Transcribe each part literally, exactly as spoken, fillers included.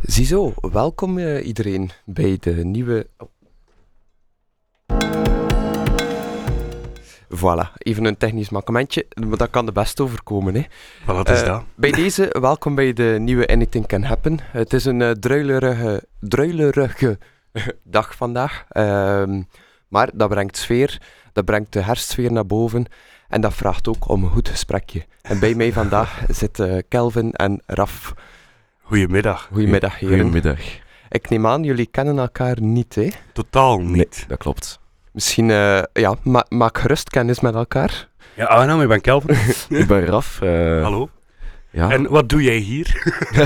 Ziezo, welkom uh, iedereen bij de nieuwe... Oh. Voilà, even een technisch mankementje, maar dat kan de best overkomen. Hè. Wat is uh, dat? Bij deze, welkom bij de nieuwe Anything Can Happen. Het is een uh, druilerige, druilerige dag vandaag, uh, maar dat brengt sfeer, dat brengt de herstsfeer naar boven en dat vraagt ook om een goed gesprekje. En bij mij vandaag zitten uh, Kelvin en Raf. Goedemiddag. Goedemiddag, heren. Goedemiddag. Ik neem aan, jullie kennen elkaar niet, hè? Totaal niet. Nee, dat klopt. Misschien, uh, ja, ma- maak gerust kennis met elkaar. Ja, aangenaam, ik ben Kelvin. Ik ben Raf. Uh, Hallo. Ja. En wat doe jij hier?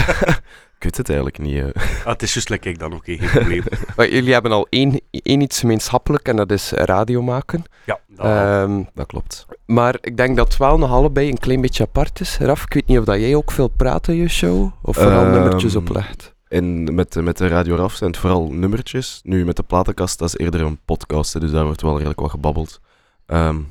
Ik weet het eigenlijk niet. Uh. Ah, het is juist lekker ik dan, oké, okay, geen probleem. Maar jullie hebben al één, één iets gemeenschappelijk en dat is radio maken. Ja, dat, um, dat klopt. Maar ik denk dat het wel nog allebei een klein beetje apart is. Raf, ik weet niet of dat jij ook veel praat in je show, of vooral um, nummertjes oplegt. En met, met de Radio Raf zijn het vooral nummertjes. Nu met de platenkast, dat is eerder een podcast, dus daar wordt wel redelijk wat gebabbeld. Um,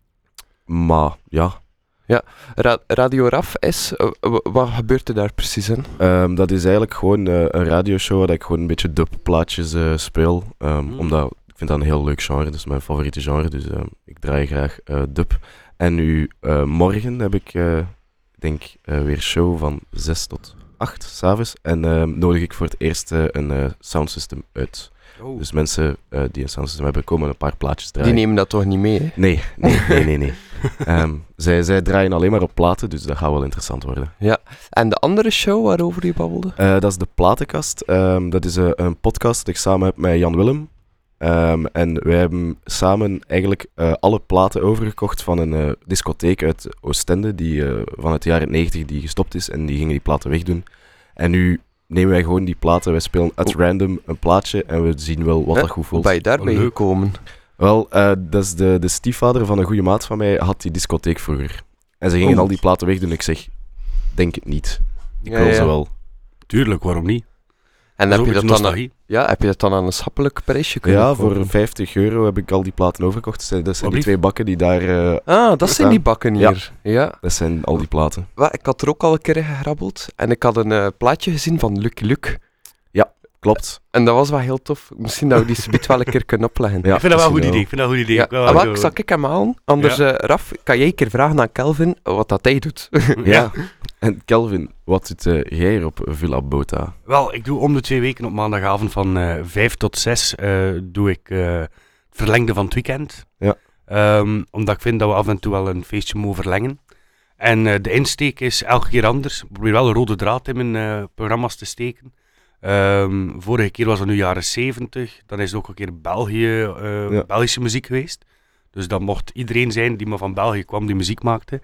maar ja... Ja, Ra- Radio Raf is, uh, w- wat gebeurt er daar precies in? Um, dat is eigenlijk gewoon uh, een radioshow waar ik gewoon een beetje dubplaatjes uh, speel. Um, mm. Omdat ik vind dat een heel leuk genre, dat is mijn favoriete genre, dus uh, ik draai graag uh, dub. En nu uh, morgen heb ik, uh, denk uh, weer show van zes tot acht 's avonds. En uh, nodig ik voor het eerst uh, een uh, soundsystem uit. Oh. Dus mensen uh, die een soundsystem hebben, komen een paar plaatjes draaien. Die nemen dat toch niet mee, hè? Nee, nee, nee, nee. nee. um, zij, zij draaien alleen maar op platen, dus dat gaat wel interessant worden. Ja, en de andere show waarover je babbelde? Uh, dat is de Platenkast. Um, dat is uh, een podcast dat ik samen heb met Jan Willem. Um, en wij hebben samen eigenlijk uh, alle platen overgekocht van een uh, discotheek uit Oostende, die uh, vanuit de jaren negentig die gestopt is, en die gingen die platen wegdoen. En nu nemen wij gewoon die platen, wij spelen at oh. random een plaatje en we zien wel wat He? dat goed voelt. Hoe ben je daarbij oh, gekomen? Wel, uh, dat is de, de stiefvader van een goede maat van mij, had die discotheek vroeger. En ze gingen oh. al die platen wegdoen. Ik zeg, denk het niet. Ik ja, wil ja. ze wel. Tuurlijk, waarom niet? En dat heb je, dat dan nostalgie. a- ja, heb je dat dan aan een schappelijk prijsje kunnen Ja, kopen? voor vijftig euro heb ik al die platen overgekocht. Dat zijn die twee bakken die daar... Uh, ah, dat zijn die bakken hier. Ja, ja. dat zijn al die platen. Well, ik had er ook al een keer in gegrabbeld. En ik had een uh, plaatje gezien van Lucky Luke. Ja, klopt. En dat was wel heel tof. Misschien dat we die subiet wel een keer kunnen opleggen. Ja, ik vind dat wel een goed idee. Ik vind dat een goed idee. Ja. Ik, wel, ah, wel, ik zal ik hem aan. Anders, ja. uh, Raf, kan jij een keer vragen aan Kelvin wat dat hij doet? Ja. En Kelvin, wat doet uh, jij hier op Villa Bota? Wel, ik doe om de twee weken op maandagavond van uh, vijf tot zes uh, doe ik uh, het verlengde van het weekend. Ja. Um, omdat ik vind dat we af en toe wel een feestje mogen verlengen. En uh, de insteek is elke keer anders. Ik probeer wel een rode draad in mijn uh, programma's te steken. Um, vorige keer was het nu jaren zeventig. Dan is het ook een keer België, uh, ja. Belgische muziek geweest. Dus dat mocht iedereen zijn die maar van België kwam, die muziek maakte.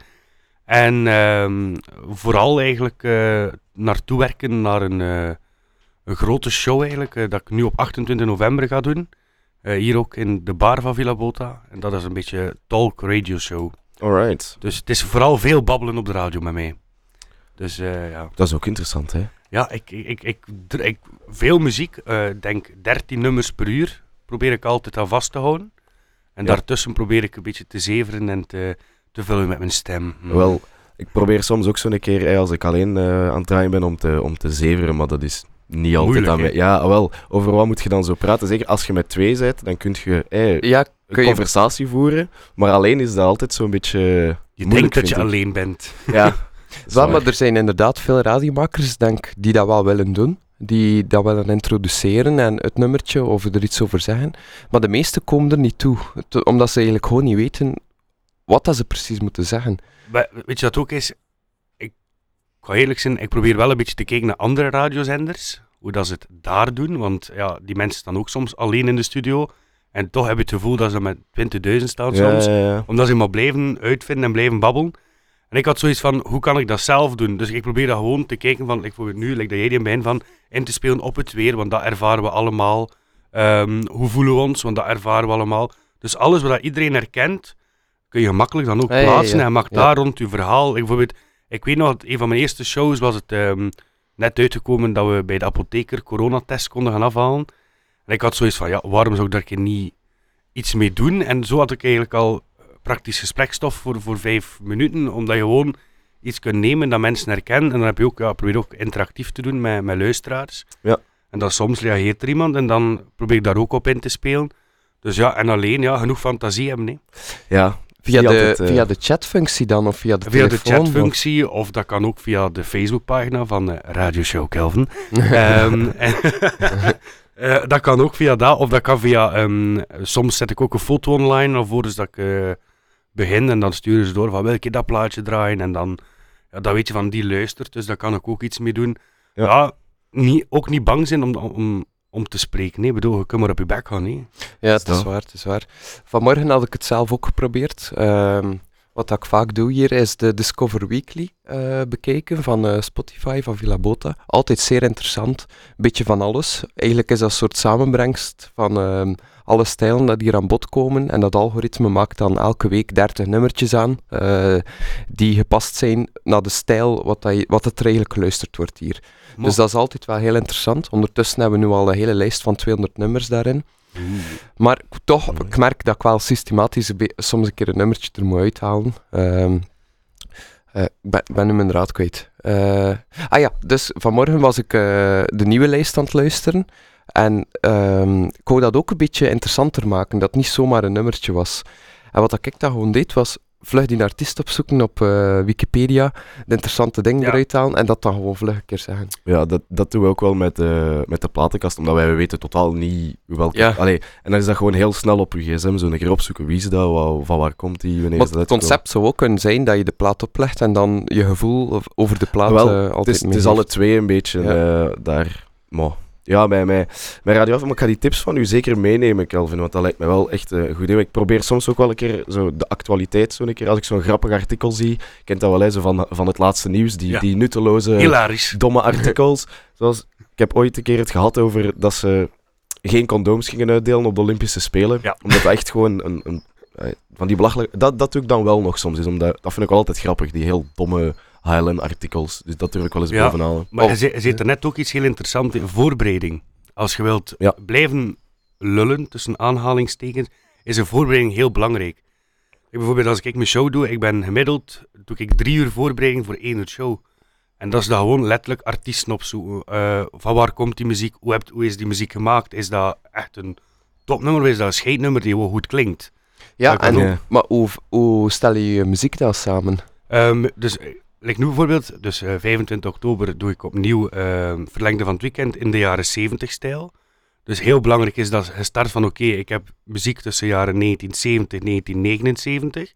En um, vooral eigenlijk uh, naartoe werken naar een, uh, een grote show eigenlijk, uh, dat ik nu op achtentwintig november ga doen. Uh, hier ook in de bar van Villa Bota. En dat is een beetje talk radio show. Alright. Dus het is vooral veel babbelen op de radio met mij. Dus uh, ja. Dat is ook interessant, hè? Ja, ik, ik, ik, ik, ik veel muziek, uh, denk dertien nummers per uur, probeer ik altijd aan vast te houden. En ja. daartussen probeer ik een beetje te zeveren en te, te vullen met mijn stem. Mm. Wel, ik probeer soms ook zo'n keer, hey, als ik alleen uh, aan het draaien ben, om te, om te zeveren, maar dat is niet altijd moeilijk, aan mij. Ja, wel, over wat moet je dan zo praten? Zeker als je met twee bent, dan kun je hey, ja, kun een je... conversatie voeren, maar alleen is dat altijd zo'n beetje Je denkt dat je ik. alleen bent. Ja. Wel, maar er zijn inderdaad veel radiomakers, denk die dat wel willen doen. Die dat willen introduceren en het nummertje of er iets over zeggen. Maar de meesten komen er niet toe. Te, omdat ze eigenlijk gewoon niet weten wat dat ze precies moeten zeggen. Maar, weet je wat ook is? Ik ga eerlijk zijn, ik probeer wel een beetje te kijken naar andere radiozenders. Hoe dat ze het daar doen. Want ja, die mensen staan ook soms alleen in de studio. En toch heb je het gevoel dat ze met twintigduizend staan ja, soms. Ja, ja. Omdat ze maar blijven uitvinden en blijven babbelen. En ik had zoiets van, hoe kan ik dat zelf doen? Dus ik probeer dat gewoon te kijken van, ik probeer nu, like dat jij die in begin van, in te spelen op het weer, want dat ervaren we allemaal. Um, hoe voelen we ons, want dat ervaren we allemaal. Dus alles wat iedereen herkent, kun je gemakkelijk dan ook hey, plaatsen ja. en mag ja. daar rond je verhaal. Ik, bijvoorbeeld, ik weet nog, een van mijn eerste shows was het um, net uitgekomen dat we bij de apotheker coronatest konden gaan afhalen. En ik had zoiets van, ja, waarom zou ik daar niet iets mee doen? En zo had ik eigenlijk al praktisch gesprekstof voor, voor vijf minuten, omdat je gewoon iets kunt nemen dat mensen herkennen. En dan heb je ook, ja, probeer ook interactief te doen met, met luisteraars. Ja. En dan soms reageert er iemand en dan probeer ik daar ook op in te spelen. Dus ja, en alleen ja, genoeg fantasie hebben. Hè. Ja, Via niet de, altijd, eh, via de chatfunctie dan, of via de Via de telefoon? chatfunctie, of dat kan ook via de Facebookpagina van uh, Radio Show Kelvin. um, en, uh, dat kan ook via dat, of dat kan via... Um, soms zet ik ook een foto online, alvorens dat ik uh, begin, en dan sturen ze door van wil je dat plaatje draaien, en dan, ja, dan weet je van die luistert, dus daar kan ik ook iets mee doen. Ja. Ja, niet, ook niet bang zijn om, om, om te spreken. Nee, bedoel, je kunt maar op je bek gaan. Nee. Ja, het is Zo. waar, het is waar. Vanmorgen had ik het zelf ook geprobeerd. Ehm, wat ik vaak doe hier is de Discover Weekly eh, bekeken van eh, Spotify, van Villa Bota. Altijd zeer interessant. Een beetje van alles. Eigenlijk is dat een soort samenbrengst van ehm, alle stijlen die hier aan bod komen. En dat algoritme maakt dan elke week dertig nummertjes aan eh, die gepast zijn naar de stijl wat, dat je, wat het er eigenlijk geluisterd wordt hier. Mo- Dus dat is altijd wel heel interessant. Ondertussen hebben we nu al een hele lijst van tweehonderd nummers daarin. Oeh. Maar ik- toch, Mooi. ik merk dat ik wel systematisch een be- soms een keer een nummertje er moet uithalen. Ehm, eh, ik ben, ben nu mijn draad kwijt. Eh, ah ja, dus vanmorgen was ik eh, de nieuwe lijst aan het luisteren. En ehm, ik wou dat ook een beetje interessanter maken, dat het niet zomaar een nummertje was. En wat ik dan gewoon deed, was vlug die artiest opzoeken op eh, Wikipedia, de interessante dingen Ja. eruit halen en dat dan gewoon vlug een keer zeggen. Ja, dat, dat doen we ook wel met, eh, met de platenkast, omdat wij weten totaal niet welke... Ja. Allee, en dan is dat gewoon heel snel op je gsm, zo een keer opzoeken, wie is dat, wa- van waar komt die, wanneer Want is dat het uitgekomen? concept zou ook kunnen zijn dat je de plaat oplegt en dan je gevoel over de plaat Wel, eh, Het altijd is, het is meegeeft. alle twee een beetje Ja. eh, daar... Maar, ja, bij mij, bij Radio Af, maar ik ga die tips van u zeker meenemen, Kelvin, want dat lijkt me wel echt eh, een goed idee. Ik probeer soms ook wel een keer zo de actualiteit, zo een keer, als ik zo'n grappig artikel zie, je kent dat wel, hè, zo van, van het laatste nieuws, die, Ja. die nutteloze, Hilarisch. domme artikels. Zoals, ik heb ooit een keer het gehad over dat ze geen condooms gingen uitdelen op de Olympische Spelen, Ja. omdat dat echt gewoon een... een eh, van die belachelijke... Dat, dat doe ik dan wel nog soms, is omdat, dat vind ik wel altijd grappig, die heel domme H L N-artikels. Dus dat durf ik wel eens Ja. bovenhalen. Maar Oh. je, ze- je zit er net ook iets heel interessants in. Voorbereiding. Als je wilt Ja. blijven lullen, tussen aanhalingstekens, is een voorbereiding heel belangrijk. Ik, bijvoorbeeld als ik mijn show doe, ik ben gemiddeld, doe ik drie uur voorbereiding voor één uur show. En dat is dan gewoon letterlijk artiesten opzoeken. Eh, van waar komt die muziek? Hoe, hebt, hoe is die muziek gemaakt? Is dat echt een topnummer of is dat een scheidnummer die wel goed klinkt? Ja, Dat kan en, ook. maar hoe, hoe stel je je muziek dan samen? Ehm, dus, eh, like nu bijvoorbeeld, dus eh, vijfentwintig oktober doe ik opnieuw ehm, Verlengde van het Weekend in de jaren zeventig stijl. Dus heel belangrijk is dat je start van oké, ik heb muziek tussen jaren negentien zeventig en negentien negenenzeventig.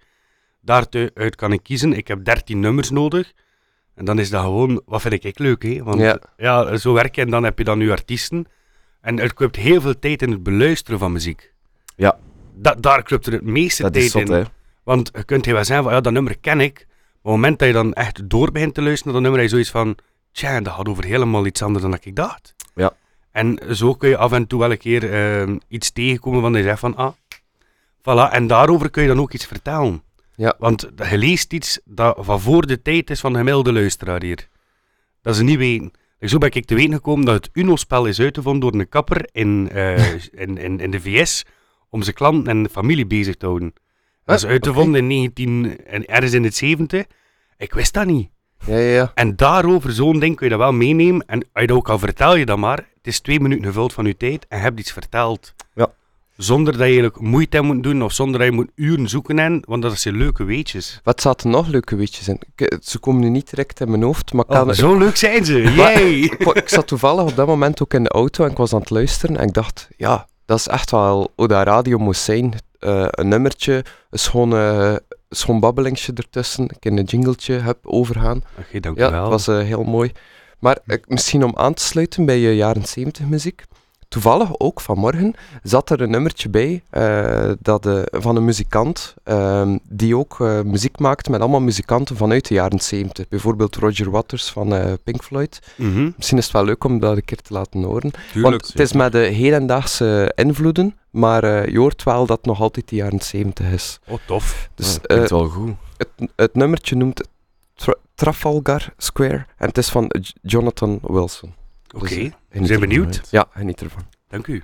Daaruit kan ik kiezen, ik heb dertien nummers nodig. En dan is dat gewoon, wat vind ik leuk, hè? Want Ja. ja. zo werk je en dan heb je dan je artiesten. En er kruipt heel veel tijd in het beluisteren van muziek. Ja. Da daar kruipt er het meeste Dat tijd is zot, in. hè. Want je kunt heel wel zeggen van, ja, dat nummer ken ik. Maar op het moment dat je dan echt door begint te luisteren naar dat nummer, heb je zoiets van, tja, dat gaat over helemaal iets anders dan dat ik dacht. Ja. En zo kun je af en toe wel een keer eh, iets tegenkomen van je zegt van, ah, voilà. En daarover kun je dan ook iets vertellen. Ja. Want je leest iets dat van voor de tijd is van de gemiddelde luisteraar hier. Dat ze niet weten. Dus zo ben ik te weten gekomen dat het Uno-spel is uitgevonden door een kapper in, eh, in, in, in de V S om zijn klanten en familie bezig te houden. Dat is Ah, uitgevonden in negentien en ergens in het zeventig. Ik wist dat niet. Ja, ja, ja. En daarover, zo'n ding kun je dat wel meenemen. En als je dat ook al vertel je dat maar. Het is twee minuten gevuld van je tijd en je hebt iets verteld. Ja. Zonder dat je eigenlijk moeite hebt moet doen of zonder dat je moet uren zoeken in, want dat zijn leuke weetjes. Wat zaten nog leuke weetjes in? Ik- Ze komen nu niet direct in mijn hoofd, maar ik, Oh, kan, zo leuk zijn ze. Maar- Yay! ik, wa- ik zat toevallig op dat moment ook in de auto en ik was aan het luisteren en ik dacht, ja, dat is echt wel hoe dat radio moest zijn. Eh, een nummertje, een schoon, eh, schoon babbelingsje ertussen, ik een jingletje heb overgaan. Oké, dank u Ja, wel. het was eh, heel mooi. Maar eh, misschien om aan te sluiten bij je jaren zeventig muziek. Toevallig ook vanmorgen zat er een nummertje bij eh, dat, eh, van een muzikant ehm, die ook eh, muziek maakt met allemaal muzikanten vanuit de jaren zeventig. Bijvoorbeeld Roger Waters van eh, Pink Floyd. Mhm, Misschien is het wel leuk om dat een keer te laten horen. tuurlijk. Want het is met de hedendaagse invloeden, maar eh, je hoort wel dat het nog altijd de jaren zeventig is. Oh, tof. Dus Ja, eh, klinkt wel goed. het, het nummertje noemt Tra- Trafalgar Square en het is van J- Jonathan Wilson. Oké, Dus, eh, we geniet zijn ervan. benieuwd. Ja, geniet ervan. Dank u.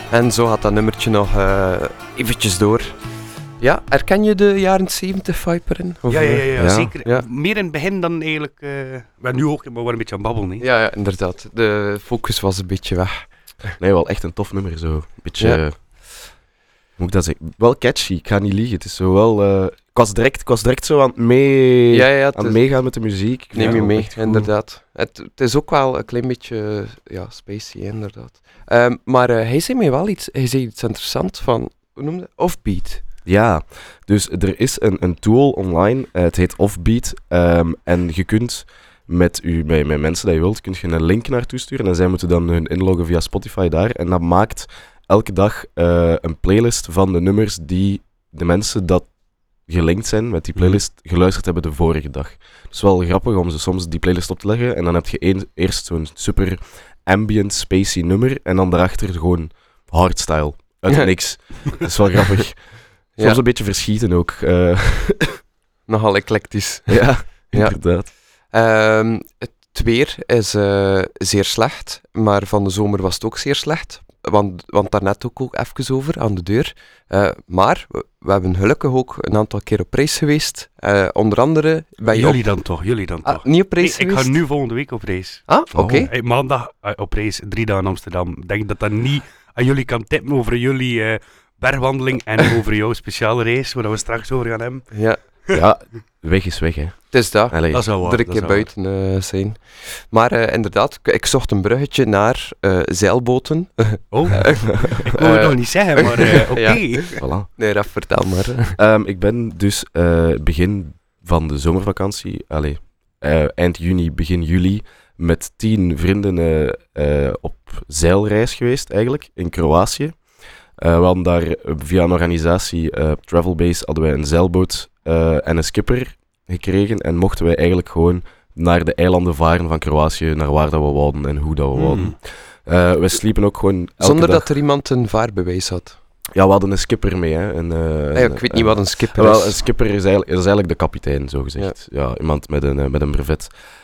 En zo gaat dat nummertje nog uh, eventjes door. Ja, herken je de jaren zeventig vibe erin? Of, ja, ja, ja, ja, ja, zeker. ja. Meer in het begin dan eigenlijk... Uh, we nu ook, maar we waren een beetje aan het babbelen. Hè. Ja, ja, inderdaad. De focus was een beetje weg. Nee, wel echt een tof nummer zo. Beetje... Ja. Uh, moet ik dat zeggen? Wel catchy, ik ga niet liegen. Het is zo wel... Uh, ik, was direct, ik was direct zo aan het, mee, Ja, ja, het aan het is- meegaan met de muziek. Ik Neem vind je het mee, echt goed. inderdaad. Het, het is ook wel een klein beetje ja, spacey, inderdaad. Um, maar uh, hij zei mij wel iets, hij zei iets interessants van, hoe noemde het? Offbeat. Ja, dus er is een, een tool online, uh, het heet Offbeat. Um, en je kunt met, u, met, met mensen dat je wilt, kun je een link naartoe sturen. En zij moeten dan hun inloggen via Spotify daar. En dat maakt elke dag uh, een playlist van de nummers die de mensen dat gelinkt zijn met die playlist geluisterd hebben de vorige dag. Het is wel grappig om ze soms die playlist op te leggen. En dan heb je een, eerst zo'n super ambient, spacey nummer. En dan daarachter gewoon hardstyle. Uit het niks. Dat is wel grappig. Soms Ja. een beetje verschieten ook. Uh, Nogal eclectisch. ja, Ja. inderdaad. Um, het weer is uh, zeer slecht, maar van de zomer was het ook zeer slecht. Want, want daarnet ook, ook even over, aan de deur. Uh, maar we, we hebben gelukkig ook een aantal keer op reis geweest. Uh, onder andere bij je Jullie op... dan toch, jullie dan Ah, toch. niet op Nee, reis ik geweest? ga nu volgende week op reis. Ah, oké. Okay. Oh. Hey, maandag uh, op reis, drie dagen in Amsterdam. Ik denk dat dat niet aan jullie kan tippen over jullie uh, bergwandeling en over jouw speciale reis, waar we straks over gaan hebben. Ja, Ja, weg is weg, hè. het is dat. Allee. Dat is wel waar. Drie dat is keer wel buiten uh, zijn. Maar uh, inderdaad, ik, ik zocht een bruggetje naar uh, zeilboten. waar. Oh, ik wil het Uh, nog niet zeggen, maar uh, oké. ja. Voilà. Nee, Raf, vertel maar. Um, ik ben dus uh, begin van de zomervakantie, allee, uh, eind juni, begin juli, met tien vrienden uh, uh, op zeilreis geweest, eigenlijk, in Kroatië. Uh, we hadden daar uh, via een organisatie, uh, Travelbase, hadden wij een zeilboot uh, en een skipper gekregen en mochten wij eigenlijk gewoon naar de eilanden varen van Kroatië, naar waar dat we wouden en hoe dat we wouden. Hmm. Uh, we sliepen ook gewoon elke Zonder dag... dat er iemand een vaarbewijs had. Ja, we hadden een skipper mee, hè. En, uh, Ah, ja, en, ik weet uh, niet wat een skipper Ja, is. wel, een skipper is eigenlijk, is eigenlijk de kapitein, zogezegd. Ja. Ja, iemand met een, uh, met een brevet.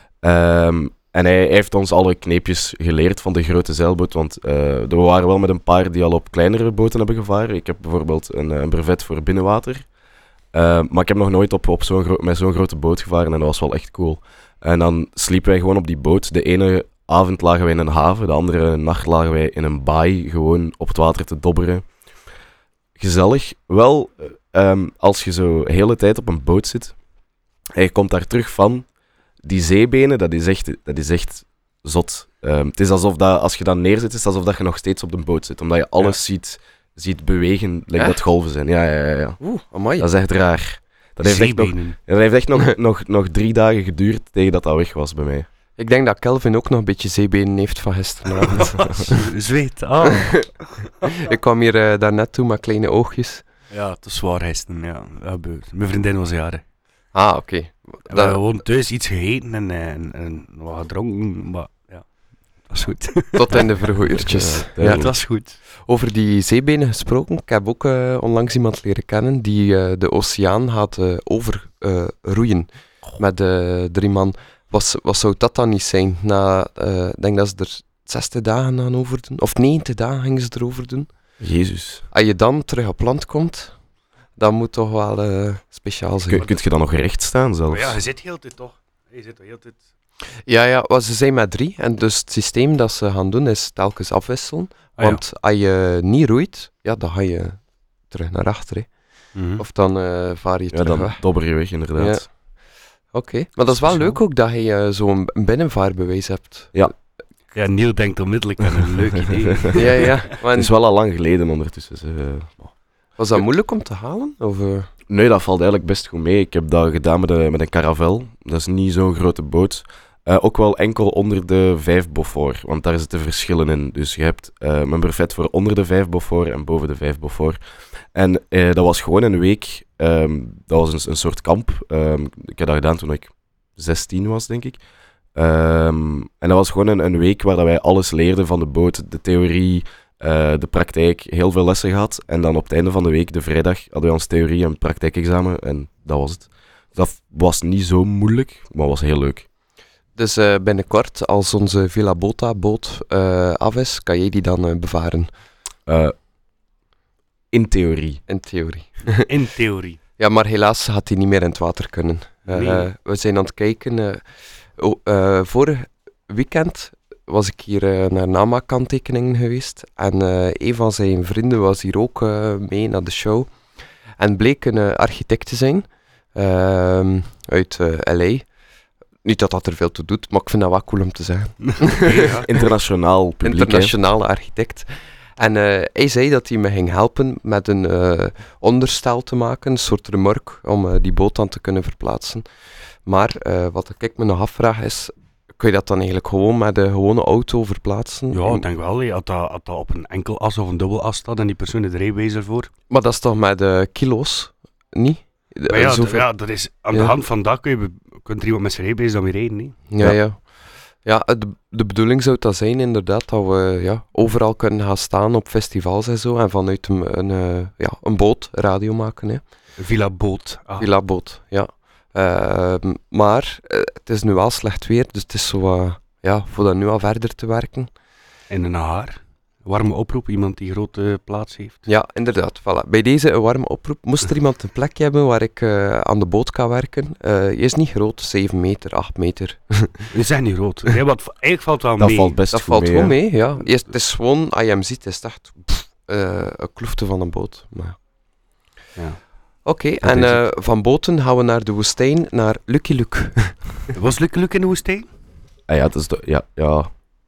Um, en hij, hij heeft ons alle kneepjes geleerd van de grote zeilboot, want uh, we waren wel met een paar die al op kleinere boten hebben gevaren. Ik heb bijvoorbeeld een, een brevet voor binnenwater. Uh, maar ik heb nog nooit op, op zo'n gro- met zo'n grote boot gevaren en dat was wel echt cool. En dan sliepen wij gewoon op die boot. De ene avond lagen wij in een haven, de andere nacht lagen wij in een baai, gewoon op het water te dobberen. Gezellig. Wel, um, als je zo de hele tijd op een boot zit en je komt daar terug van, die zeebenen, dat is echt, dat is echt zot. Um, het is alsof dat, als je dan neerzit, is het alsof dat je nog steeds op de boot zit, omdat je alles Ja. ziet, ziet bewegen, like Echt? dat golven zijn. Ja, ja, ja. ja. Oeh, amai. Dat is echt raar. Dat heeft echt nog, Zeebenen. dat heeft echt nog, nog, nog drie dagen geduurd tegen dat dat weg was bij mij. Ik denk dat Kelvin ook nog een beetje zeebenen heeft van gisteravond. Zweet. Ah. Ik kwam hier uh, daarnet toe met kleine oogjes. Ja, het is zwaar gisteren. Ja, dat gebeurt. Mijn vriendin was jaren. Ah, oké. We hebben Dat- gewoon thuis iets gegeten en, en, en wat gedronken, maar ja, dat is goed. Tot in de vroege uurtjes. Ja, Ja. Het was goed. Over die zeebenen gesproken, ik heb ook uh, onlangs iemand leren kennen die uh, de oceaan gaat uh, overroeien uh, met uh, drie man. Wat, wat zou dat dan niet zijn? Na, uh, ik denk dat ze er zestig dagen aan over doen, of negentig dagen gingen ze erover doen. Jezus. Als je dan terug op land komt, dat moet toch wel uh, speciaal zijn. Kun, kunt je dan nog recht staan zelfs? Maar ja, je zit heel de tijd toch? Je zit de hele tijd... Ja, ja, wel, ze zijn met drie. En dus het systeem dat ze gaan doen is telkens afwisselen. Ah, ja. Want als je niet roeit, ja, dan ga je terug naar achter. Hè. Mhm. Of dan uh, vaar je Ja, terug dan weg. dobber je weg, inderdaad. Oké, maar dat is wel Speciaal. leuk ook dat je uh, zo'n binnenvaarbewijs hebt. Ja, Neil denkt onmiddellijk aan een leuk idee. Ja, ja. Maar Het is wel al lang geleden ondertussen. Dus, uh, was dat moeilijk om te halen? Of, uh... nee, dat valt eigenlijk best goed mee. Ik heb dat gedaan met een, met een caravel. Dat is niet zo'n grote boot. Uh, ook wel enkel onder de vijf Beaufort, want daar zitten verschillen in. Dus je hebt uh, mijn brevet voor onder de vijf Beaufort en boven de vijf Beaufort. En uh, dat was gewoon een week, um, dat was een, een soort kamp. Um, ik heb dat gedaan toen ik zestien was, denk ik. Um, en dat was gewoon een, een week waar dat wij alles leerden van de boot, de theorie, uh, de praktijk, heel veel lessen gehad. En dan op het einde van de week, de vrijdag, hadden wij ons theorie- en praktijkexamen en dat was het. Dat was niet zo moeilijk, maar was heel leuk. Dus uh, binnenkort, als onze Villa Bota boot uh, af is, kan jij die dan uh, bevaren? Uh, in theorie. In theorie. In theorie. Ja, maar helaas gaat hij niet meer in het water kunnen. Uh, Nee. We zijn aan het kijken. Uh, oh, uh, vorig weekend was ik hier uh, naar namaakkanttekeningen geweest. En uh, een van zijn vrienden was hier ook uh, mee naar de show. En bleek een uh, architect te zijn. Uh, uit uh, L A. Niet dat dat er veel toe doet, maar ik vind dat wel cool om te zeggen. Ja. Internationaal publiek. Internationale architect. En uh, hij zei dat hij me ging helpen met een uh, onderstel te maken, een soort remork, om uh, die boot dan te kunnen verplaatsen. Maar uh, wat ik me nog afvraag is, kun je dat dan eigenlijk gewoon met een gewone auto verplaatsen? Ja, ik denk wel. Hè. Als dat, als dat op een enkel as of een dubbel as staat en die persoon is er rijbewijs voor. Maar dat is toch met uh, kilo's, niet? Uh, Maar ja, d- zoveel- ja, dat is, aan Ja. de hand van dat kun je, be- kunt er iemand met zijn rijbewijs dan weer rijden. Hè. Ja, Ja. ja. Ja, eh, de, de bedoeling zou dat zijn inderdaad, dat we ja, overal kunnen gaan staan op festivals en zo, en vanuit een, een, uh, ja, een boot radio maken, hè. Villa Boot. Ah. Villa boot, ja. Ehm, maar eh, het is nu wel slecht weer, dus het is zo, uh, ja, voor dat nu al verder te werken. In een haar. Warme oproep, iemand die grote plaats heeft. Ja, inderdaad, voilà. Bij deze een warme oproep. Moest er iemand een plekje hebben waar ik uh, aan de boot kan werken? Uh, je is niet groot, zeven meter, acht meter. We zijn niet groot. Ja, wat, eigenlijk valt het wel Dat mee. valt best Dat goed valt mee. gewoon hè. mee, ja. Eerst, het is gewoon, als je hem ziet, is het echt pff, uh, een kloefte van een boot. Maar... Ja. Oké, Dat en is uh, van boten gaan we naar de woestijn, naar Lucky Luke. Was Lucky Luke in de woestijn? Ah, ja, dat is de, ja, ja,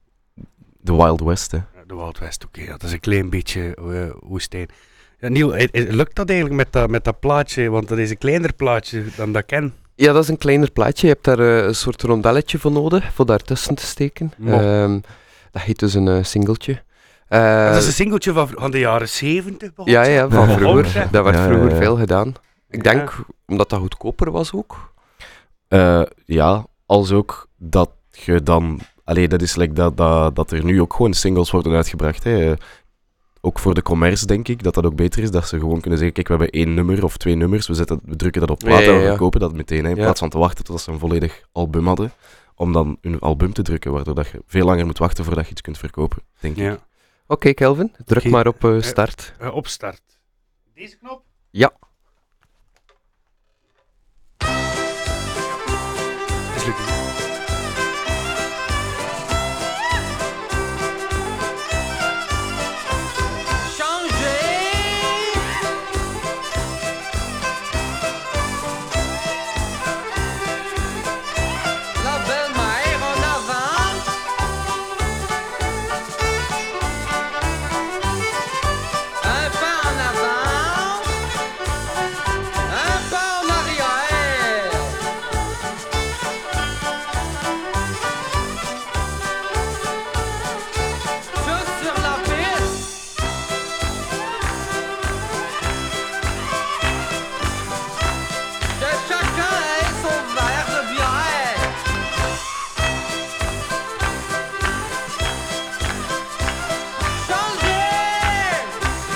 de Wild West, hè. Ja, de Wild West, oké. Ja, dat is een klein beetje uh, woestijn. Ja, Niel, eh, eh, lukt dat eigenlijk met dat, met dat plaatje? Want dat is een kleiner plaatje dan dat ik ken. Ja, dat is een kleiner plaatje. Je hebt daar uh, een soort rondelletje voor nodig, voor daartussen te steken. Mo. Um, dat heet dus een uh, singeltje. Uh, dat is een singeltje van, van de jaren zeventig. ja, ja, van Ja. vroeger. Zeg. Dat werd Ja, ja, vroeger ja. veel gedaan. Ik Ja. denk, omdat dat goedkoper was ook. Uh, ja, als ook dat je dan... Allee, dat is like dat, dat, dat er nu ook gewoon singles worden uitgebracht. Hè. Uh, ook voor de commerce denk ik dat dat ook beter is. Dat ze gewoon kunnen zeggen, kijk, we hebben één nummer of twee nummers. We, zetten, we drukken dat op plaat Ja, ja, en we ja. verkopen dat meteen. Hè, in Ja. plaats van te wachten tot ze een volledig album hadden. Om dan hun album te drukken, waardoor dat je veel langer moet wachten voordat je iets kunt verkopen, denk ik. Ja. Oké, okay, Kelvin, druk Oké. maar op uh, start. Uh, op start. Deze knop? Ja. Is Lucky. La belle-mère en avant. Un pas en avant. Un pas en arrière. Juste sur la piste. Que chacun ait son verre de bière. Changer!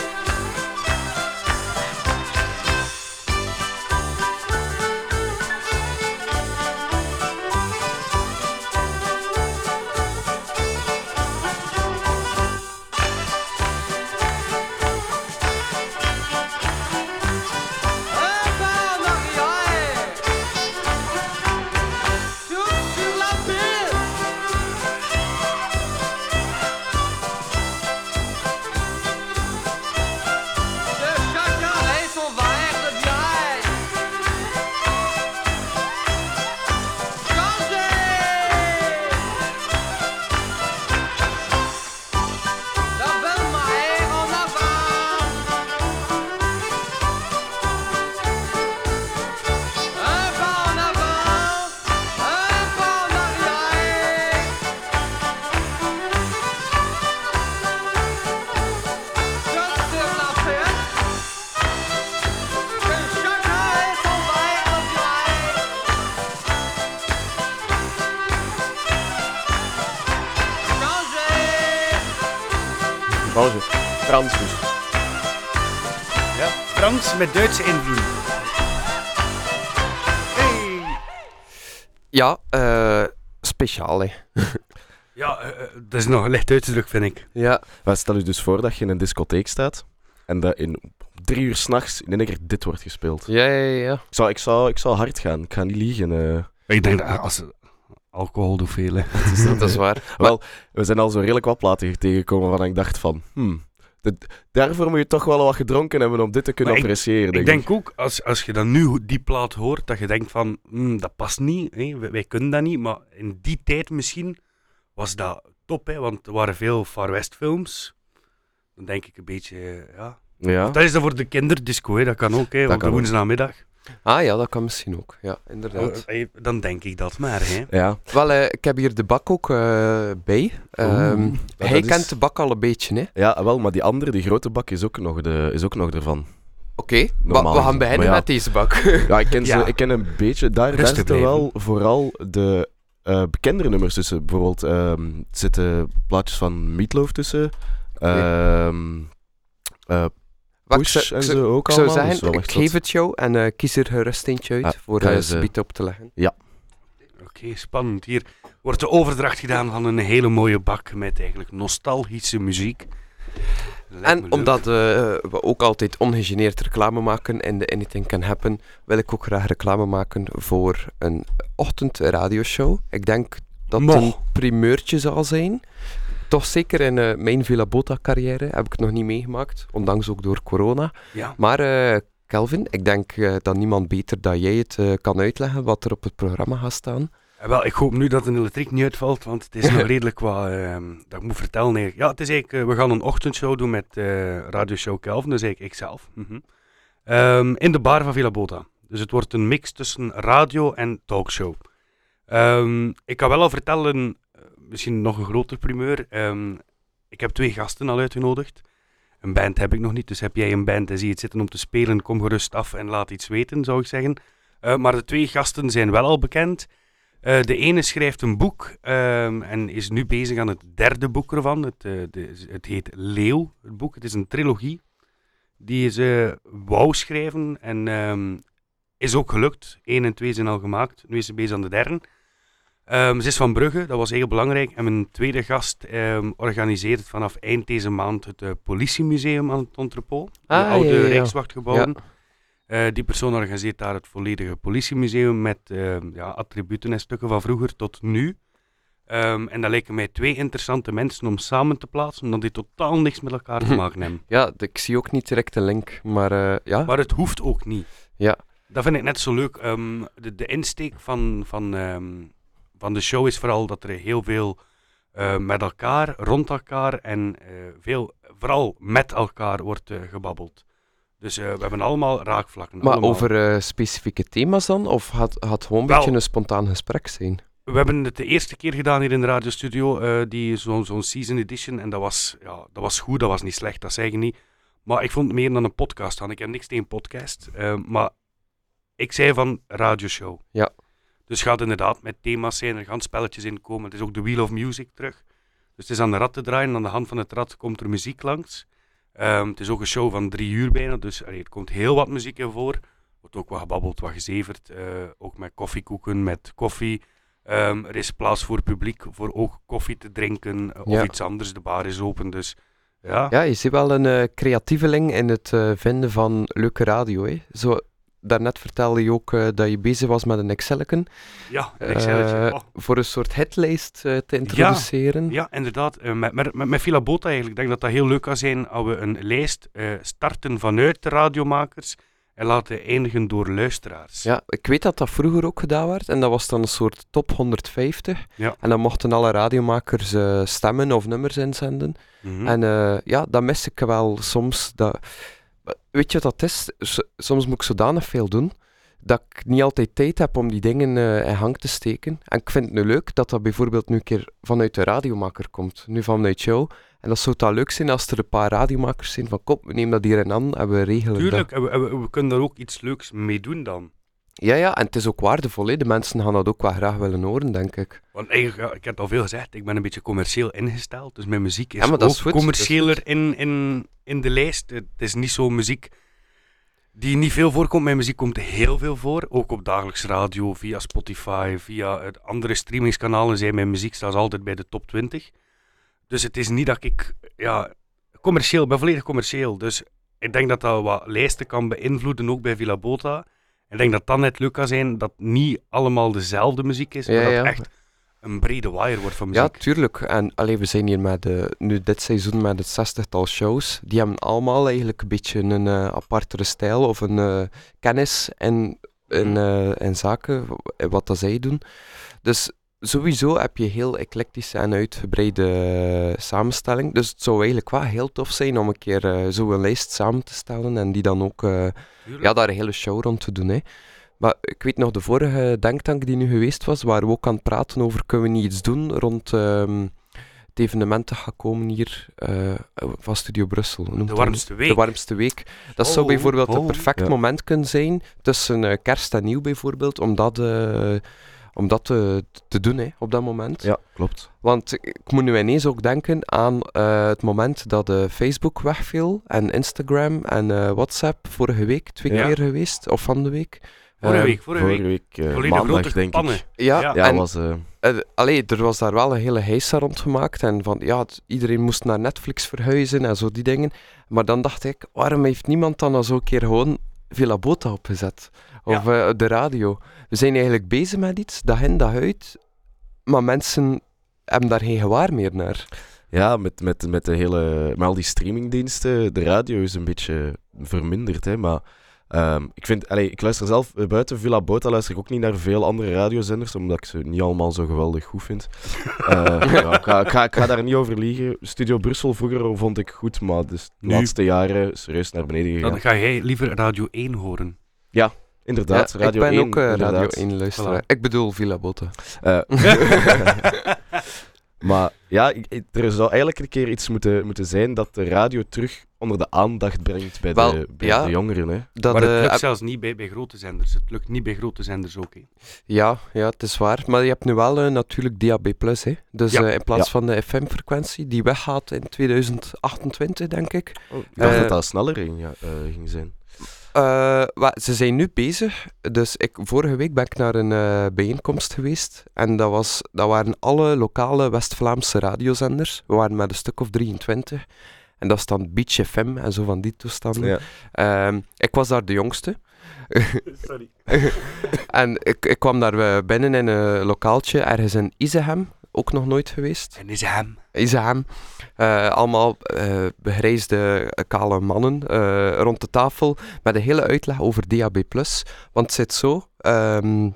Un pas en arrière. Tout sur la piste. Que chacun ait son verre de bière. Changez! La belle-mère en avant. Un pas en avant, un pas en arrière. Juste sur la piste. Que chacun ait son verre de bière. Changer. Frans dus. Ja, Frans met Duitse invloed. Hey. Ja, uh, speciaal hè. Ja, uh, dat is nog licht uit te drukken, vind ik. Ja, Maar stel je dus voor dat je in een discotheek staat en dat in drie uur s'nachts in één keer dit wordt gespeeld. ja, ja, ja. Ik zou, ik, zou, ik zou hard gaan, ik ga niet liegen. eh. Ik denk dat als alcohol doet veel, hè. Dat is, dat is waar. Wel, we zijn al zo redelijk wat platen tegengekomen waarvan ik dacht van, hmm, dit- daarvoor moet je toch wel wat gedronken hebben om dit te kunnen Maar ik- appreciëren. Ik denk ook, als, als je dan nu die plaat hoort, dat je denkt van, hmm, dat past niet, hè. Wij, wij kunnen dat niet, maar in die tijd misschien was dat top, hè, want er waren veel Far West films. Dan denk ik een beetje, eh, ja... Ja, Dat is dan voor de kinderdisco, hè. Dat kan ook, hè, op kan de ook. woensdagmiddag. Ah ja, dat kan misschien ook. Ja, inderdaad. Eh, eh, dan denk ik dat maar, hè. ja. Wel, eh, ik heb hier de bak ook eh, bij. Ehm, Oeh, dat hij is- kent de bak al een beetje, hè. Ja, wel, maar die andere, die grote bak, is ook nog, de, is ook nog ervan. Oké, maar Normaal we gaan gezien. beginnen Maar ja. met deze bak. Ja, ik ken, ze, Ja. ik ken een beetje. Daar, daar Rustig zitten blijven. wel vooral de eh, bekendere nummers tussen. Bijvoorbeeld ehm, er zitten plaatjes van Meatloaf tussen. Ehm eh, Wat ik Push zou- en ik zou- zo ook Ik zou allemaal. zeggen, dus wel ik echt geef zot. het jou en eh, kies er gerust eentje uit Ah, voor ga uh, eens, eh, subiet op te leggen. Oké, spannend. Hier wordt de overdracht gedaan van een hele mooie bak met eigenlijk nostalgische muziek. Lijkt me En leuk. omdat eh, we ook altijd ongegeneerd reclame maken in de Anything Can Happen, wil ik ook graag reclame maken voor een ochtendradioshow. Ik denk dat het Mo. een primeurtje zal zijn. Toch zeker in eh, mijn Villa Bota carrière heb ik het nog niet meegemaakt, ondanks ook door corona. Ja. Maar eh, Kelvin, ik denk eh, dat niemand beter dan jij het eh, kan uitleggen wat er op het programma gaat staan. Eh, Wel, ik hoop nu dat de elektriek niet uitvalt, want het is nog redelijk wat ehm, dat ik moet vertellen. eigenlijk. Ja, het is eigenlijk, eh, we gaan een ochtendshow doen met eh radioshow Kelvin, dus eigenlijk ikzelf. Mhm. Ehm, in de bar van Villa Bota. Dus het wordt een mix tussen radio en talkshow. Ehm, ik kan wel al vertellen, eh, misschien nog een groter primeur. Ehm, ik heb twee gasten al uitgenodigd. Een band heb ik nog niet, dus heb jij een band en zie je het zitten om te spelen, kom gerust af en laat iets weten, zou ik zeggen. Eh, maar de twee gasten zijn wel al bekend. Eh, de ene schrijft een boek ehm, en is nu bezig aan het derde boek ervan. Het, eh, de- het heet Leeuw, het boek. Het is een trilogie. Die is eh wou schrijven en ehm, is ook gelukt. Eén en twee zijn al gemaakt. Nu is ze bezig aan de derde. Ehm, ze is van Brugge, dat was heel belangrijk. En mijn tweede gast ehm, organiseert vanaf eind deze maand het eh, politiemuseum aan het Entrepot. De Ah, oude ja, ja, ja. Rijkswachtgebouwen. Eh, die persoon organiseert daar het volledige politiemuseum met ehm, ja, attributen en stukken van vroeger tot nu. Ehm, en dat lijken mij twee interessante mensen om samen te plaatsen, omdat die totaal niks met elkaar te maken hebben. Ja, de- ik zie ook niet direct de link, maar eh, ja. Maar het hoeft ook niet. Ja. Dat vind ik net zo leuk. Ehm, de, de insteek van, van, ehm, van de show is vooral dat er heel veel eh, met elkaar, rond elkaar en eh, veel, vooral met elkaar wordt eh, gebabbeld. Dus eh, we hebben allemaal raakvlakken. Maar allemaal. over eh, specifieke thema's dan? Of had het gewoon een Wel- beetje een spontaan gesprek zijn? We hebben het de eerste keer gedaan hier in de radiostudio, eh die zo'n zo'n season edition. En dat was, ja, dat was goed, dat was niet slecht, dat zeg ik niet. Maar ik vond het meer dan een podcast. Want ik heb niks tegen podcast. eh, maar ik zei van radioshow. Ja. Dus het gaat inderdaad met thema's zijn, er gaan spelletjes in komen. Het is ook de Wheel of Music terug. Dus het is aan de rad te draaien en aan de hand van het rad komt er muziek langs. Ehm, het is ook een show van drie uur bijna, dus allee, er komt heel wat muziek in voor. Er wordt ook wat gebabbeld, wat gezeverd. eh, ook met koffiekoeken, met koffie. Ehm, er is plaats voor publiek, voor ook koffie te drinken eh, of Ja. iets anders. De bar is open, dus ja. Ja, je ziet wel een eh, creatieveling in het eh, vinden van leuke radio. Hè. Zo, daarnet vertelde je ook eh, dat je bezig was met een Excelken. Ja, een Excelletje. eh, Oh. voor een soort hitlijst eh, te introduceren. Ja, inderdaad. Eh, met, met, met, met Villa Bota eigenlijk. Ik denk dat dat heel leuk kan zijn als we een lijst eh, starten vanuit de radiomakers en laten eindigen door luisteraars. Ja, ik weet dat dat vroeger ook gedaan werd en dat was dan een soort top honderdvijftig. Ja. En dan mochten alle radiomakers eh, stemmen of nummers inzenden. Mhm. En eh, ja, dat mis ik wel soms. Dat... Weet je wat dat is? S- Soms moet ik zodanig veel doen dat ik niet altijd tijd heb om die dingen eh, in hang te steken. En ik vind het nu leuk dat dat bijvoorbeeld nu een keer vanuit de radiomaker komt. Nu vanuit jou. En dat zou het leuk zijn als er een paar radiomakers zijn van kom, we nemen dat hier in aan en we regelen dat. Tuurlijk, en we, en we, we kunnen daar ook iets leuks mee doen dan. Ja, ja, en het is ook waardevol. Hè. De mensen gaan dat ook wel graag willen horen, denk ik. Want eigenlijk, ja, ik heb het al veel gezegd, ik ben een beetje commercieel ingesteld. Dus mijn muziek is Ja, maar dat ook is goed, dat is commerciëler in, in, in de lijst. Het is niet zo muziek die niet veel voorkomt. Mijn muziek komt heel veel voor. Ook op dagelijks radio, via Spotify, via het andere streamingskanalen zijn mijn muziek staat altijd bij de top twintig. Dus het is niet dat ik... Ja, commercieel, ik ben volledig commercieel. Dus ik denk dat dat wat lijsten kan beïnvloeden, ook bij Villa Bota. Ik denk dat dat net leuk kan zijn, dat niet allemaal dezelfde muziek is, maar Ja, dat ja. het echt een brede wire wordt van Ja, muziek. tuurlijk. En allee, we zijn hier met de, nu dit seizoen met het zestigtal shows. Die hebben allemaal eigenlijk een beetje een uh, apartere stijl of een uh, kennis in, in, uh, in zaken, w- wat dat zij doen. Dus sowieso heb je heel eclectische en uitgebreide uh, samenstelling. Dus het zou eigenlijk wel heel tof zijn om een keer uh, zo'n lijst samen te stellen en die dan ook uh, Tuurlijk. ja, daar een hele show rond te doen. Hè. Maar ik weet nog, de vorige denktank die nu geweest was, waren we ook aan het praten over, kunnen we niet iets doen rond ehm, het evenement dat gaat komen hier uh, van Studio Brussel. Hoe noemt De dat? warmste week. De warmste week. Dat zou Oh, bijvoorbeeld oh. een perfect Ja. moment kunnen zijn tussen uh, kerst en nieuw bijvoorbeeld, om dat, uh, om dat te, te doen hè, op dat moment. Ja, klopt. Want ik ik moet nu ineens ook denken aan uh, het moment dat uh, Facebook wegviel en Instagram en uh, WhatsApp vorige week, twee Ja. keer geweest, of van de week. Vorige Ehm, week, vorige Vorige week. week, eh, Volledig maandag, grote denk pannen. ik. Ja, Ja. Ja, en was... eh, uh, allee, er was daar wel een hele heisa rond gemaakt en van, ja, het- iedereen moest naar Netflix verhuizen en zo die dingen. Maar dan dacht ik, waarom heeft niemand dan al zo'n keer gewoon Villa Bota opgezet? Of uh, de radio. We zijn eigenlijk bezig met iets, dag in, dag uit, maar mensen hebben daar geen gewaar meer naar. Ja, met, met, met, de hele, met al die streamingdiensten, de radio is een beetje verminderd, hè, maar ehm, ik vind, allee, ik luister zelf, eh, buiten Villa Bota luister ik ook niet naar veel andere radiozenders, omdat ik ze niet allemaal zo geweldig goed vind. Eh, ja, ik, ga, ik, ga, ik ga daar niet over liegen. Studio Brussel vroeger vond ik goed, maar dus de Nu- laatste jaren serieus naar beneden gegaan. Dan ga jij liever Radio één horen. Inderdaad, Ja, Radio ik ben één, ook uh, Radio inderdaad. één luisteraar. Voilà. Ik bedoel Villa Bota. Eh, maar ja, ik- ik- er zou eigenlijk een keer iets moeten, moeten zijn dat de radio terug onder de aandacht brengt bij, Wel, de, bij ja. de jongeren. Hè. Dat, maar het eh, lukt heb- zelfs niet bij, bij grote zenders. Het lukt niet bij grote zenders ook. Hè. ja, ja, het is waar. Maar je hebt nu wel eh, natuurlijk D A B plus, hè. Dus Ja. eh, in plaats Ja. van de F M-frequentie, die weggaat in tweeduizend achtentwintig, denk ik. Oh, ik dacht Eh, dat dat sneller ging, ja, eh, ging zijn. Uh, wa- ze zijn nu bezig. Dus ik, vorige week ben ik naar een eh, bijeenkomst geweest. En dat, was, dat waren alle lokale West-Vlaamse radiozenders. We waren met een stuk of drieëntwintig. En dat is dan Beach F M en zo van die toestanden. Ja. Ehm, ik was daar de jongste. Sorry. En ik, ik kwam daar eh, binnen in een lokaaltje, ergens in Izehem. Ook nog nooit geweest. En is hem. Izehem. Uh, allemaal uh, begrijsde uh, kale mannen uh, rond de tafel met een hele uitleg over D A B plus. Want het zit zo, um,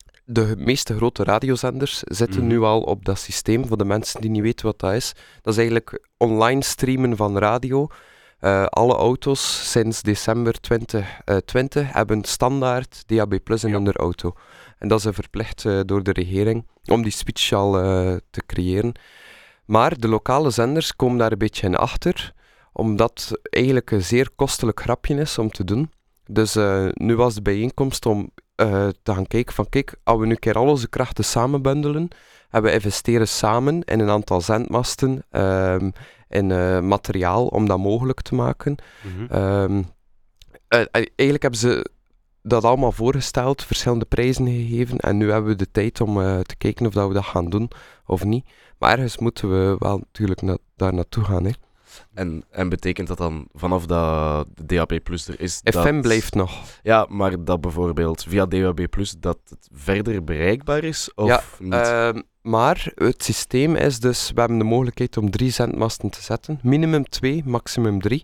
de meeste grote radiozenders zitten Mhm. nu al op dat systeem. Voor de mensen die niet weten wat dat is. Dat is eigenlijk online streamen van radio. Uh, alle auto's sinds december twintig twintig hebben standaard D A B plus in Ja. hun auto. En dat is uh, verplicht uh, door de regering om die switch al uh, te creëren. Maar de lokale zenders komen daar een beetje in achter, omdat het eigenlijk een zeer kostelijk grapje is om te doen. Dus uh, nu was de bijeenkomst om uh, te gaan kijken van kijk, als we nu een keer al onze krachten samenbundelen en we investeren samen in een aantal zendmasten, um, in uh, materiaal om dat mogelijk te maken. Mhm. Um, uh, eigenlijk hebben ze dat allemaal voorgesteld, verschillende prijzen gegeven en nu hebben we de tijd om uh, te kijken of dat we dat gaan doen of niet. Maar ergens moeten we wel natuurlijk na- daar naartoe gaan. Hè. En, en betekent dat dan vanaf dat de D A B plus er is... F dat, M blijft nog. Ja, maar dat bijvoorbeeld via D A B plus dat het verder bereikbaar is? Of Ja, niet? Ehm, maar het systeem is dus, we hebben de mogelijkheid om drie zendmasten te zetten. Minimum twee, maximum drie.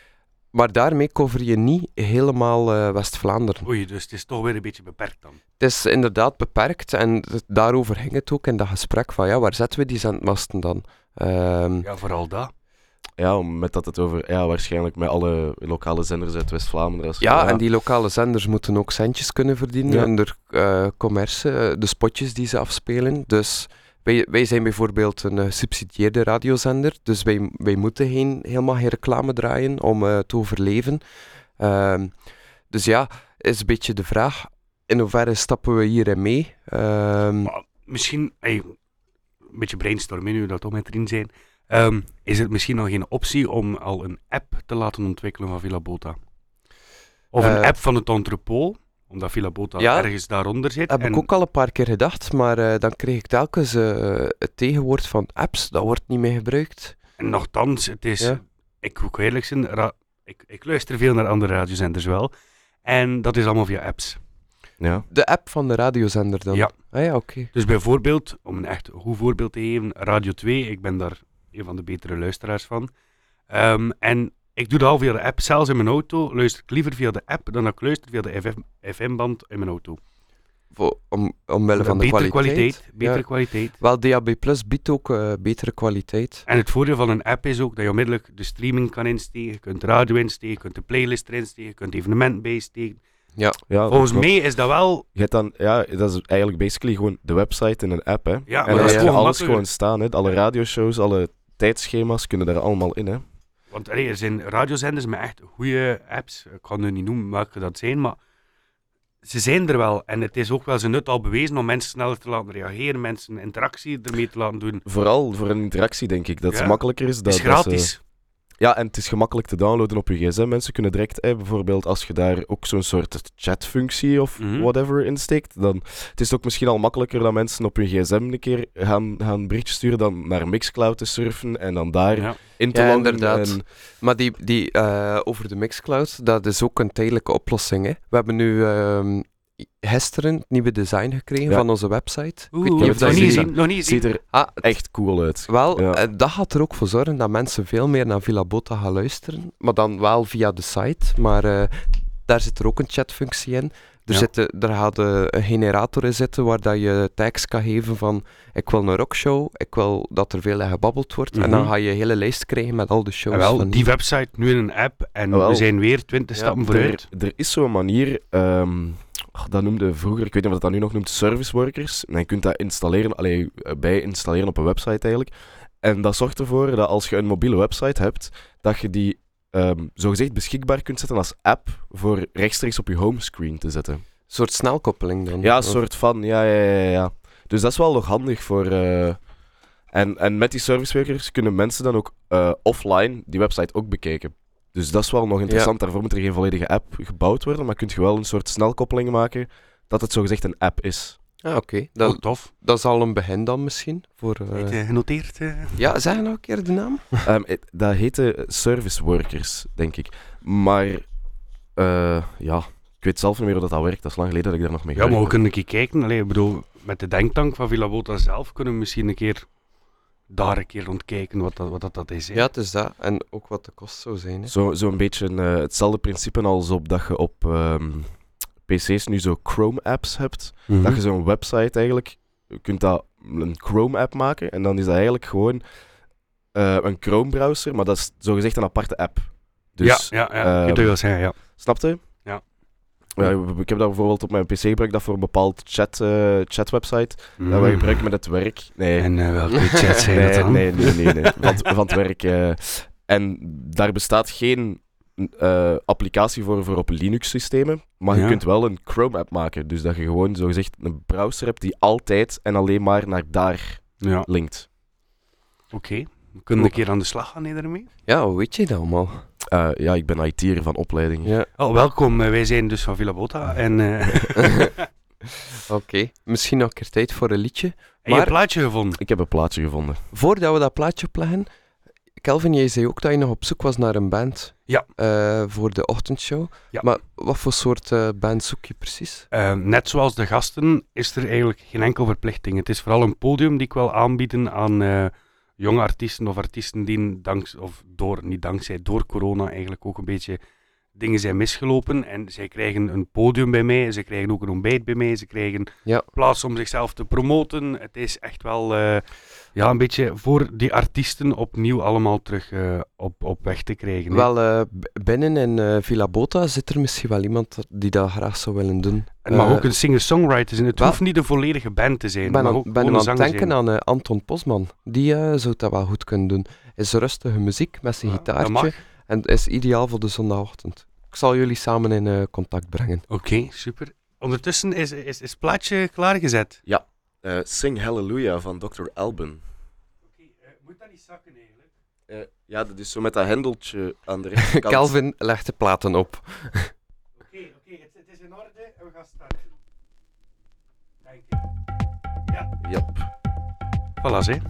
Maar daarmee cover je niet helemaal uh, West-Vlaanderen. Oei, dus het is toch weer een beetje beperkt dan. Het is inderdaad beperkt en het- daarover ging het ook in dat gesprek van ja, waar zetten we die zendmasten dan? Ehm, Ja, vooral dat. Ja, om- met dat het over... Ja, waarschijnlijk met alle lokale zenders uit West-Vlaanderen. als- ja, en die lokale zenders moeten ook centjes kunnen verdienen Ja. onder uh, commerce, uh, de spotjes die ze afspelen. Dus wij, wij zijn bijvoorbeeld een uh, gesubsidieerde radiozender, dus wij, wij moeten geen, helemaal geen reclame draaien om uh, te overleven. Ehm, dus ja, is een beetje de vraag, in hoeverre stappen we hierin mee? Ehm, Maar misschien, hey, een beetje brainstormen nu we dat toch met erin zijn. Ehm, is het misschien nog geen optie om al een app te laten ontwikkelen van Villa Bota? Of een Eh. app van het entrepot, omdat Villa Bota Ja, ergens daaronder zit. Heb en ik ook al een paar keer gedacht, maar eh, dan kreeg ik telkens eh, het tegenwoord van apps, dat wordt niet meer gebruikt. En nochtans, het is, Ja. ik moet eerlijk zijn, ra- ik, ik luister veel naar andere radiozenders wel. En dat is allemaal via apps. Ja. De app van de radiozender dan? Ja. Ah ja, oké. Dus bijvoorbeeld, om een echt goed voorbeeld te geven, Radio twee, ik ben daar een van de betere luisteraars van. Ehm, en ik doe dat al via de app, zelfs in mijn auto luister ik liever via de app dan dat ik luister via de F M-band in mijn auto. Voor, om, omwille van de betere kwaliteit. betere Ja. kwaliteit. Wel, D A B Plus biedt ook eh, betere kwaliteit. En het voordeel van een app is ook dat je onmiddellijk de streaming kan insteken, je kunt de radio insteken, je kunt de playlist erin steken, je kunt evenementen bijsteken. Ja, Volgens klopt. mij is dat wel... Je hebt dan, ja, dat is eigenlijk basically gewoon de website in een app, hè. Ja, en maar dan dat is heb je gewoon alles makkelijker. gewoon staan, hè. Alle radioshows, alle tijdschema's kunnen daar allemaal in, hè. Want allee, er zijn radiozenders met echt goede apps. Ik kan nu niet noemen welke dat zijn, maar ze zijn er wel. En het is ook wel zijn nut al bewezen om mensen sneller te laten reageren, mensen interactie ermee te laten doen. Vooral voor een interactie, denk ik, dat Ja. het makkelijker is. Het Dat, is dat ze- gratis. Ja, en het is gemakkelijk te downloaden op je gsm. Mensen kunnen direct, eh, bijvoorbeeld als je daar ook zo'n soort chatfunctie of Mhm. whatever in steekt, dan het is ook misschien al makkelijker dat mensen op hun gsm een keer gaan, gaan berichtjes sturen dan naar Mixcloud te surfen en dan daar Ja. in te Ja, loggen. inderdaad. En, Maar die, die eh, over de Mixcloud, dat is ook een tijdelijke oplossing. Hè. We hebben nu ehm, gisteren het nieuwe design gekregen Ja. van onze website. Ik weet Oeh, niet ik of heb dat nog je niet ziet. gezien. Nog niet het gezien. ziet er Ah, echt cool uit. wel, Ja. eh, dat gaat er ook voor zorgen dat mensen veel meer naar Villa Bota gaan luisteren. Maar dan wel via de site. Maar eh, daar zit er ook een chatfunctie in. Er, Ja. zit, er gaat eh, een generator in zitten waar dat je tags kan geven van ik wil een rockshow, ik wil dat er veel in gebabbeld wordt. En dan Mhm. ga je een hele lijst krijgen met al de shows. En wel, van die website nu in een app en Wel. we zijn weer twintig Ja, stappen Er, vooruit. er is zo'n manier, ehm, oh, dat noemde vroeger, ik weet niet of dat dat nu nog noemt, service workers. En je kunt dat installeren, allee, eh, bij installeren op een website eigenlijk. En dat zorgt ervoor dat als je een mobiele website hebt, dat je die ehm zogezegd beschikbaar kunt zetten als app voor rechtstreeks op je homescreen te zetten. Een soort snelkoppeling dan. Ja, een Of- soort van, ja, ja, ja, ja. Dus dat is wel nog handig voor... eh, en, en met die service workers kunnen mensen dan ook eh, offline die website ook bekijken. Dus dat is wel nog interessant. Daarvoor moet er geen volledige app gebouwd worden, maar kun je wel een soort snelkoppeling maken dat het zogezegd een app is. Ah, oké. Oh, Dat, tof. dat is al een begin dan misschien. Voor, eh, Heb je het, eh, genoteerd? eh? Ja, zeg nog een keer de naam. Ehm, het- dat heette service workers, denk ik. Maar eh, ja, ik weet zelf niet meer hoe dat, dat werkt. Dat is lang geleden dat ik daar nog mee Ja, maar we gewerkt heb. kunnen een keer kijken. Allee, ik bedoel, met de denktank van Villa Bota zelf kunnen we misschien een keer daar een keer rondkijken wat dat, wat dat, dat is. hè. Ja, het is dat. En ook wat de kost zou zijn. Hè. Zo, zo'n beetje eh, hetzelfde principe als op dat je op ehm, P C's nu zo Chrome-apps hebt. Mhm. Dat je zo'n website eigenlijk, je kunt dat een Chrome-app maken en dan is dat eigenlijk gewoon eh, een Chrome-browser, maar dat is zogezegd een aparte app. Dus, ja, ja, ja. ehm, ik weet wat je wil zeggen, ja. snap je? Ja. Ja, ik heb dat bijvoorbeeld op mijn P C gebruikt, dat voor een bepaald chat, eh, chatwebsite. Mm. Dat wij gebruiken met het werk. Nee, En eh, welke chat zijn nee, dat dan? nee, nee, nee, nee. Van, het- van het werk. eh. En daar bestaat geen eh, applicatie voor, voor op Linux-systemen, maar je Ja. kunt wel een Chrome-app maken. Dus dat je gewoon zogezegd een browser hebt die altijd en alleen maar naar daar Ja, linkt. oké. We kunnen een keer aan de slag gaan hè, daarmee. Ja, hoe weet je dat allemaal? Eh, ja, ik ben I T'er van opleiding. Ja. Oh, welkom. Eh, wij zijn dus van Villa Bota. En eh Oké, misschien nog een keer tijd voor een liedje. heb je Maar- een plaatje gevonden? Ik heb een plaatje gevonden. Voordat we dat plaatje plegen, Kelvin, jij zei ook dat je nog op zoek was naar een band. Ja. eh, voor de ochtendshow. Ja. Maar wat voor soort eh, band zoek je precies? Eh, net zoals de gasten is er eigenlijk geen enkel verplichting. Het is vooral een podium die ik wil aanbieden aan eh, jonge artiesten of artiesten die danks, of door, niet dankzij, door corona eigenlijk ook een beetje dingen zijn misgelopen. En zij krijgen een podium bij mij, ze krijgen ook een ontbijt bij mij, ze krijgen Ja. plaats om zichzelf te promoten. Het is echt wel eh, ja, een beetje voor die artiesten opnieuw allemaal terug eh, op, op weg te krijgen. hè. Wel, eh, b- binnen in eh, Villa Bota zit er misschien wel iemand die dat graag zou willen doen. Het mag Eh, ook een singer-songwriter zijn. Het wel- hoeft niet een volledige band te zijn. Ik Het ben mag aan, ook ben gewoon aan een het zanger denken zijn. aan eh, Anton Posman. Die eh, zou dat wel goed kunnen doen. Is rustige muziek met zijn Ja, dat gitaartje. mag. En is ideaal voor de zondagochtend. Ik zal jullie samen in eh, contact brengen. Oké, super. Ondertussen is, is, is het plaatje klaargezet. Eh, Sing Hallelujah van dokter Alban. Oké, moet dat niet zakken eigenlijk? Eh, ja, dat is zo met dat hendeltje aan de rechterkant. Kelvin legt de platen op. Oké, oké. Het, het is een in orde en we gaan starten. Denk ik. Ja. Yep. Voilà, hè.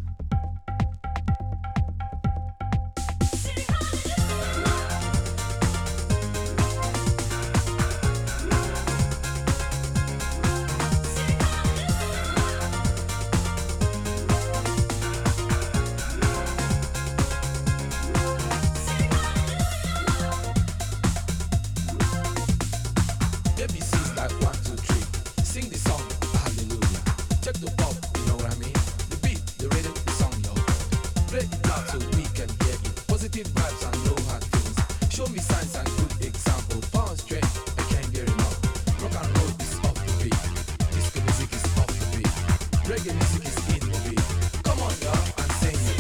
A B C's like one, two, three. Sing the song, hallelujah. Check the pop, you know what I mean? The beat, the rhythm, the song, yo. Play it loud so we can hear you. Positive vibes and no hard feelings. Show me signs and good example. Power straight, I can't get enough. Rock and roll is off the beat. Disco music is off the beat. Reggae music is in the beat. Come on, y'all, and sing it.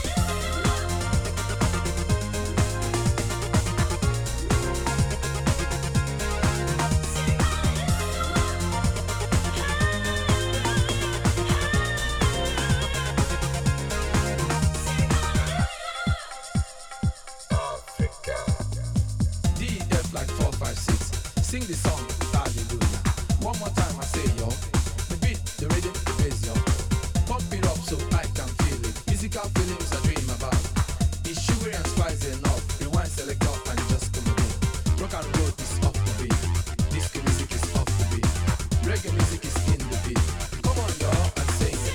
D E F like four, five, six. Sing the song, hallelujah. One more time I say yo. The beat, the rhythm, the bass yo. Pump it up so I can feel it. Musical feelings I dream about. It's sugary and spicy enough. Rewind, select off and just come again. Rock and roll is off the beat. Disco music is off the beat. Reggae music is in the beat. Come on y'all and sing it.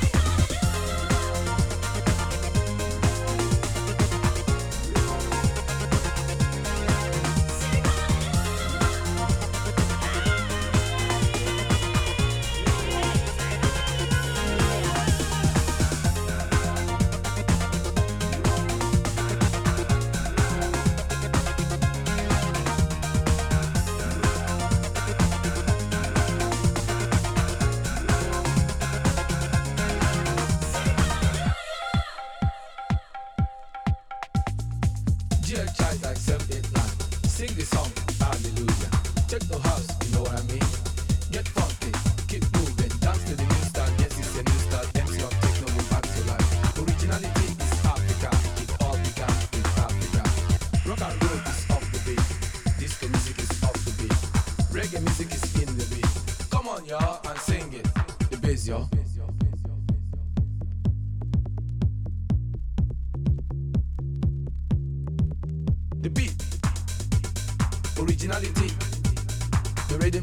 G L Child like seven, eight, nine. Sing the song, hallelujah. Check the house, you know what I mean? Get funky, keep moving. Dance to the new style, yes it's a new style. Them stop techno, we back to life. Originality is Africa, it all began in Africa. Rock and roll is off the beat. Disco music is off the beat. Reggae music is in the beat. Come on y'all and sing it. The bass y'all. The beat, originality, the rhythm.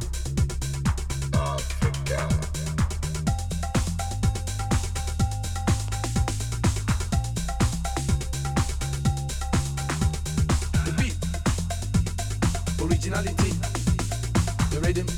The beat, originality, the rhythm.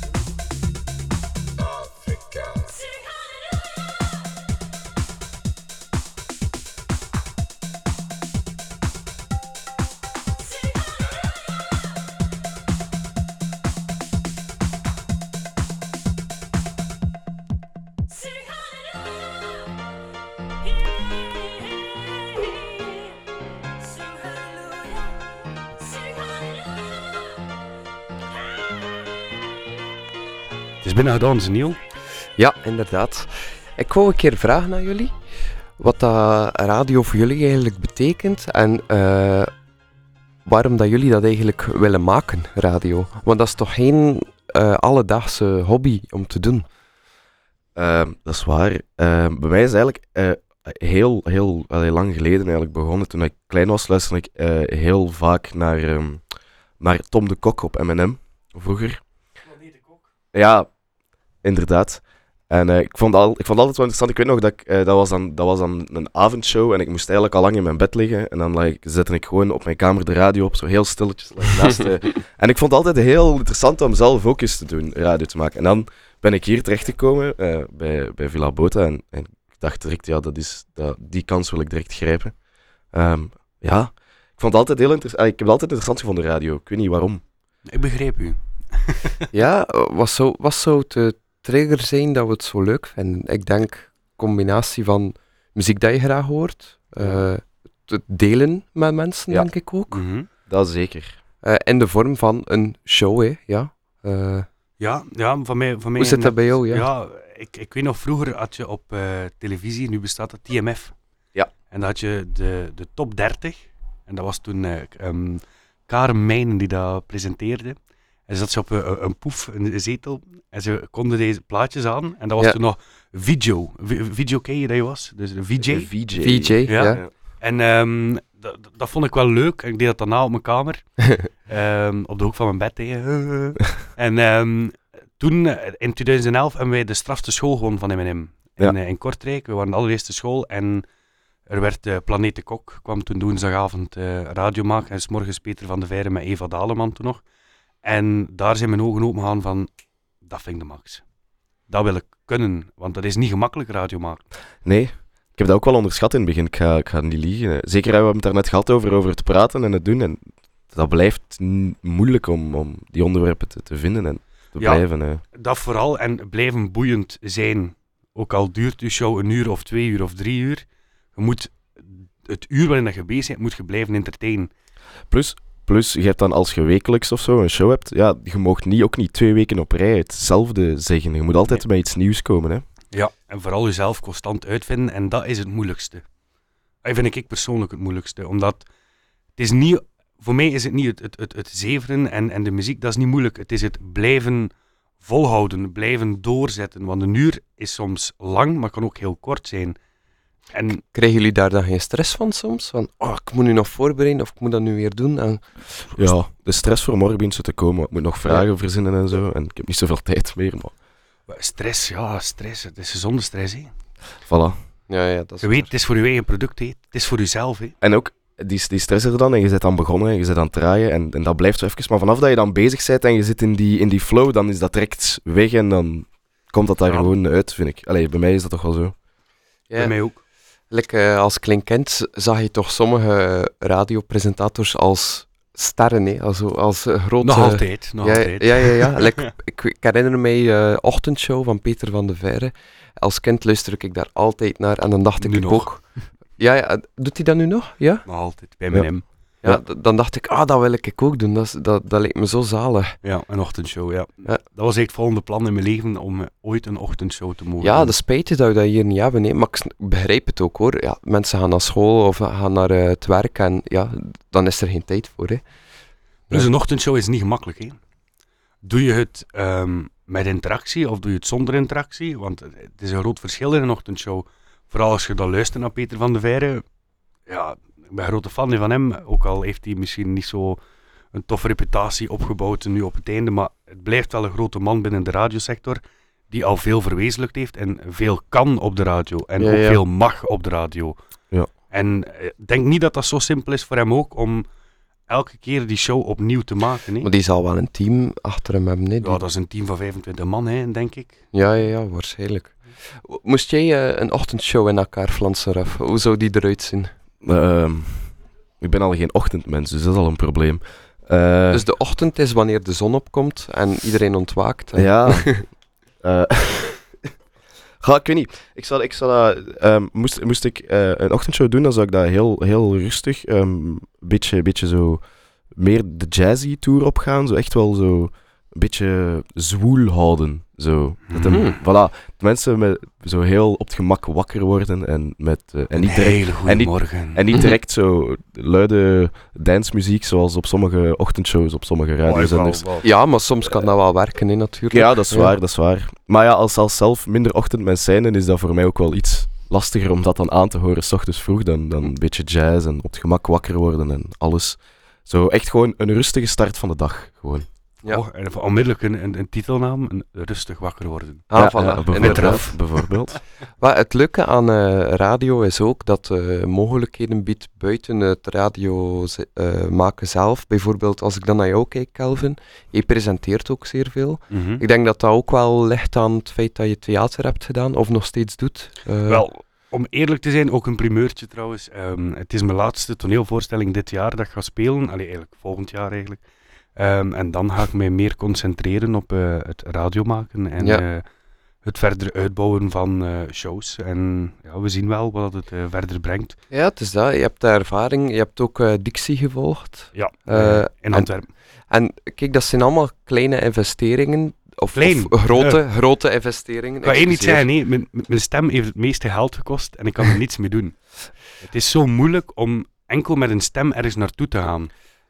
Het is bijna gedaan, ze Niel. Ja, inderdaad. Ik wou een keer vragen aan jullie wat dat radio voor jullie eigenlijk betekent en eh, waarom dat jullie dat eigenlijk willen maken, radio. Want dat is toch geen eh, alledaagse hobby om te doen. Ehm, dat is waar. Ehm, bij mij is eigenlijk eh, heel, heel allee, lang geleden eigenlijk begonnen. Toen ik klein was, luisterde ik eh, heel vaak naar, ehm, naar Tom de Kok op M en M, vroeger. Ja, inderdaad. En eh, ik, vond al, ik vond altijd wel interessant. Ik weet nog dat ik, eh, dat, was dan, dat was dan een avondshow en ik moest eigenlijk al lang in mijn bed liggen. En dan like, zette ik gewoon op mijn kamer de radio op, zo heel stilletjes. Like, naast, eh. En ik vond het altijd heel interessant om zelf ook eens te doen, radio te maken. En dan ben ik hier terechtgekomen eh, bij, bij Villa Bota en, en ik dacht direct, ja, dat is, dat, die kans wil ik direct grijpen. Ehm, ja, ik vond het altijd heel interessant. Ik heb het altijd interessant gevonden, radio. Ik weet niet waarom. Ik begreep u. Ja, wat zou, wat zou de trigger zijn dat we het zo leuk vinden? Ik denk combinatie van muziek dat je graag hoort, eh, het delen met mensen, Ja. denk ik ook. Mhm. Dat zeker. Eh, in de vorm van een show, hè, ja. Eh, Ja, ja, van mij... Van mij hoe zit dat bij jou? Ja. Ja, ik, ik weet nog, vroeger had je op eh, televisie, nu bestaat het T M F. Ja. En dan had je de, de top dertig. En dat was toen eh um, Karen Meijnen die dat presenteerde. En ze zat ze op een, een poef, een zetel. En ze konden deze plaatjes aan. En dat was Ja. toen nog video. Vi- Video ken je dat je was? Dus een V J. V J. V J, ja. Ja. En ehm, dat, dat vond ik wel leuk. En ik deed dat daarna op mijn kamer. Ehm, op de hoek van mijn bed. Hè. En ehm, toen, eh, in twintig elf, hebben wij de strafste school gewonnen van M en M. In, Ja. eh, in Kortrijk. We waren de allereerste school. En er werd uh, Planeet de Kok. Kwam toen woensdagavond uh, radio maken. En 's morgens Peter van de Veire met Eva Daleman toen nog. En daar zijn mijn ogen open gegaan van... Dat vind ik de max. Dat wil ik kunnen. Want dat is niet gemakkelijk radio maken. Nee, ik heb dat ook wel onderschat in het begin. Ik ga, ik ga niet liegen. Zeker, we hebben het daar net gehad over, over het praten en het doen. En dat blijft n- moeilijk om, om die onderwerpen te, te vinden en te Ja. blijven. Hè. Dat vooral en blijven boeiend zijn. Ook al duurt je show een uur of twee uur of drie uur. Je moet het uur waarin dat je bezig bent, moet je blijven entertainen. Plus, plus, je hebt dan als je wekelijks of zo een show hebt, ja, je mag niet, ook niet twee weken op rij hetzelfde zeggen. Je moet altijd met iets nieuws komen. Hè. Ja. En vooral jezelf constant uitvinden. En dat is het moeilijkste. Dat vind ik persoonlijk het moeilijkste. Omdat het is niet... Voor mij is het niet het, het, het, het zeveren en, en de muziek, dat is niet moeilijk. Het is het blijven volhouden, blijven doorzetten. Want een uur is soms lang, maar kan ook heel kort zijn. En Krijgen jullie daar dan geen stress van soms? Van, oh, ik moet nu nog voorbereiden of ik moet dat nu weer doen? En... Ja, de stress voor morgen begint zo te komen. Ik moet nog vragen verzinnen en zo. En ik heb niet zoveel tijd meer, maar stress, ja, stress. Het is gezonde stress, hè. voilà. Ja, ja, dat is Je weet, het is voor je eigen product, hè. Het is voor jezelf, hè. En ook, die, die stress er dan, en je bent dan begonnen, en je bent aan het draaien, en, en dat blijft zo even. Maar vanaf dat je dan bezig bent en je zit in die, in die flow, dan is dat direct weg en dan komt dat daar Ja. gewoon uit, vind ik. Allee, bij mij is dat toch wel zo. Bij Ja. mij ook. Like, eh, als klinkend zag je toch sommige radiopresentators als sterren, hè? Als, als eh, grote... Nog altijd, nog ja, altijd. Ja, ja, ja. Like, ik, ik herinner mij uh, ochtendshow van Peter van de Veire. Als kind luisterde ik daar altijd naar en dan dacht ik Nu ik nog. ook... Ja, ja, doet hij dat nu nog? Ja? Nog altijd, bij mijn Ja. M. Ja, Ja. d- dan dacht ik, ah, dat wil ik ook doen. Dat, is- dat, dat lijkt me zo zalig. Ja, een ochtendshow, ja. Ja. Dat was echt het volgende plan in mijn leven, om eh, ooit een ochtendshow te mogen Ja, doen. de spijt is dat we dat hier niet hebben, hè. Maar ik sn- ik begrijp het ook, hoor. Ja, mensen gaan naar school of gaan naar eh, het werk en ja, dan is er geen tijd voor, hè. Dus een ochtendshow is niet gemakkelijk, hè. Doe je het ehm, met interactie of doe je het zonder interactie? Want het is een groot verschil in een ochtendshow. Vooral als je dan luistert naar Peter van de Veire. Ja, ik ben een grote fan van hem. Ook al heeft hij misschien niet zo een toffe reputatie opgebouwd nu op het einde. Maar het blijft wel een grote man binnen de radiosector. Die al veel verwezenlijkt heeft en veel kan op de radio. En Ja, ook ja. veel mag op de radio. Ja. En ik denk niet dat dat zo simpel is voor hem ook om elke keer die show opnieuw te maken. Hè? Maar die zal wel een team achter hem hebben, hè. Die- Ja, dat is een team van vijfentwintig man, hè, denk ik. Ja, ja, ja, waarschijnlijk. W- Moest jij eh, een ochtendshow in elkaar flansen, Raf? Hoe zou die eruit zien? Ehm, ik ben al geen ochtendmens, dus dat is al een probleem. Eh, Dus de ochtend is wanneer de zon opkomt en iedereen ontwaakt. en- Ja. Eh, Ga, ik weet niet. Ik zou, ik zou dat, ehm, moest, moest ik eh, een ochtendshow doen, dan zou ik dat heel, heel rustig, een beetje, beetje zo meer de jazzy tour opgaan. Zo echt wel zo een beetje zwoel houden. Zo. Dat hem- Mhm. voilà, dat mensen met, zo heel op het gemak wakker worden en, met, eh, en, niet direct, hele goede en niet- morgen. en niet direct zo luide dancemuziek zoals op sommige ochtendshows, op sommige radiozenders. Ja, maar soms kan dat wel werken, hè, natuurlijk. Ja, dat is waar, dat is waar. Maar ja, als, als zelf minder ochtendmens zijn, dan is dat voor mij ook wel iets lastiger om dat dan aan te horen 's ochtends vroeg, dan, dan een beetje jazz en op het gemak wakker worden en alles. Zo echt gewoon een rustige start van de dag, gewoon. Ja. Oh, en even onmiddellijk een, een, een titelnaam, een rustig wakker worden. Ah, Ja, voilà. ja, bijvoorbeeld, Inderdaad. bijvoorbeeld. Maar het leuke aan eh, radio is ook dat het mogelijkheden biedt buiten het radio ze- eh, maken zelf. Bijvoorbeeld als ik dan naar jou kijk, Kelvin, je presenteert ook zeer veel. Mhm. Ik denk dat dat ook wel ligt aan het feit dat je theater hebt gedaan, of nog steeds doet. Eh, Wel, om eerlijk te zijn, ook een primeurtje trouwens. Ehm, het is mijn laatste toneelvoorstelling dit jaar dat ik ga spelen. Allee, eigenlijk volgend jaar eigenlijk. Ehm, en dan ga ik mij meer concentreren op eh, het radio maken en Ja. eh, het verder uitbouwen van eh, shows. En ja, we zien wel wat het eh, verder brengt. Ja, het is dat. Je hebt de ervaring. Je hebt ook eh, Dixie gevolgd. Ja, Eh, eh, in en- Antwerpen. En kijk, dat zijn allemaal kleine investeringen. Of, Klein, of grote, grote investeringen. Ik kan één niet excuseer. zeggen, nee, mijn, mijn stem heeft het meeste geld gekost en ik kan er niets mee doen. Het is zo moeilijk om enkel met een stem ergens naartoe te gaan.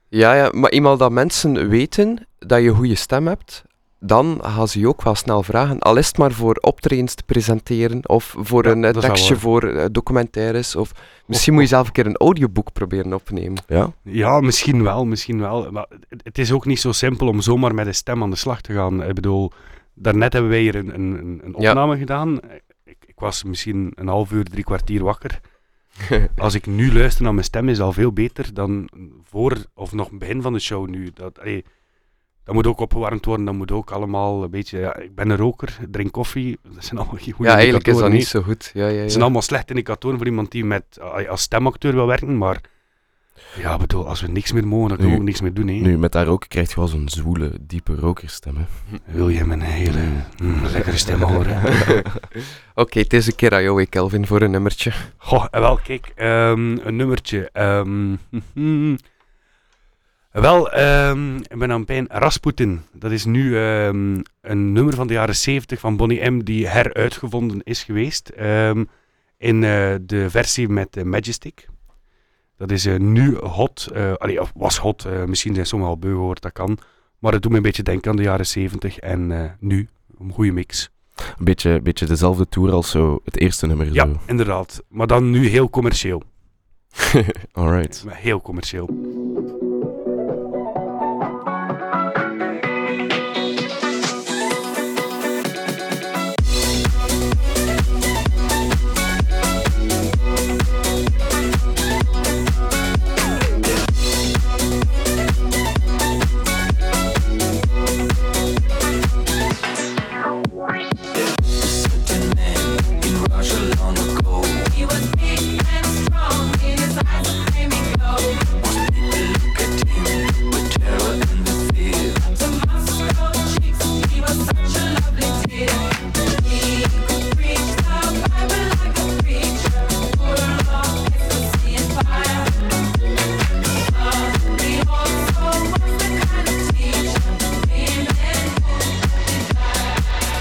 Ja, ja, maar eenmaal dat mensen weten dat je een goede stem hebt, dan gaan ze je ook wel snel vragen. Al is het maar voor optredens te presenteren, of voor Ja, een eh, dat is wel tekstje waar. voor eh, documentaires, of misschien moet je zelf een keer een audioboek proberen opnemen. Ja? Ja, misschien wel, misschien wel. Maar het, het is ook niet zo simpel om zomaar met een stem aan de slag te gaan. Ik bedoel, daarnet hebben wij hier een, een, een Ja. opname gedaan. Ik, ik was misschien een half uur, drie kwartier wakker. Als ik nu luister naar mijn stem, is het al veel beter dan voor of nog het begin van de show nu. Dat, allee, dat moet ook opgewarmd worden, dat moet ook allemaal een beetje... Ja, ik ben een roker, ik drink koffie, dat zijn allemaal geen goede Ja, eigenlijk is dat indicatoren, niet zo goed. Ja, ja, Het ja. zijn allemaal slechte indicatoren voor iemand die met, allee, als stemacteur wil werken, maar... Ja, ik bedoel, als we niks meer mogen, dan kunnen we Nu- ook niks meer doen, hè. Nu, met daar ook krijg je wel zo'n zwoele, diepe rokerstem. Hè. Wil je mijn hele mm, lekkere stem horen? Oké, het is een keer aan jou, hè, Kelvin, voor een nummertje. Goh, en wel, kijk, ehm, een nummertje. ehm, wel, ehm, ik ben aan het pijn. Rasputin, dat is nu ehm, een nummer van de jaren zeventig van Bonnie M. die heruitgevonden is geweest. ehm, in eh, de versie met de Majestic. Dat is eh, nu hot. eh, allee, of was hot. eh, misschien zijn sommigen al beu gehoord, dat kan. Maar het doet me een beetje denken aan de jaren zeventig en eh, nu. Een goede mix. Een beetje, beetje dezelfde tour als zo het eerste nummer. Ja, Zo. inderdaad. Maar dan nu heel commercieel. Alright. Maar heel commercieel. He was big and strong, in his eyes a flaming glow. Look at him with terror and the fear. To Moscow cheeks, he was such a lovely dear. He could preach the Bible like a preacher, full of ecstasy and fire. But he also was the kind of teacher women desire.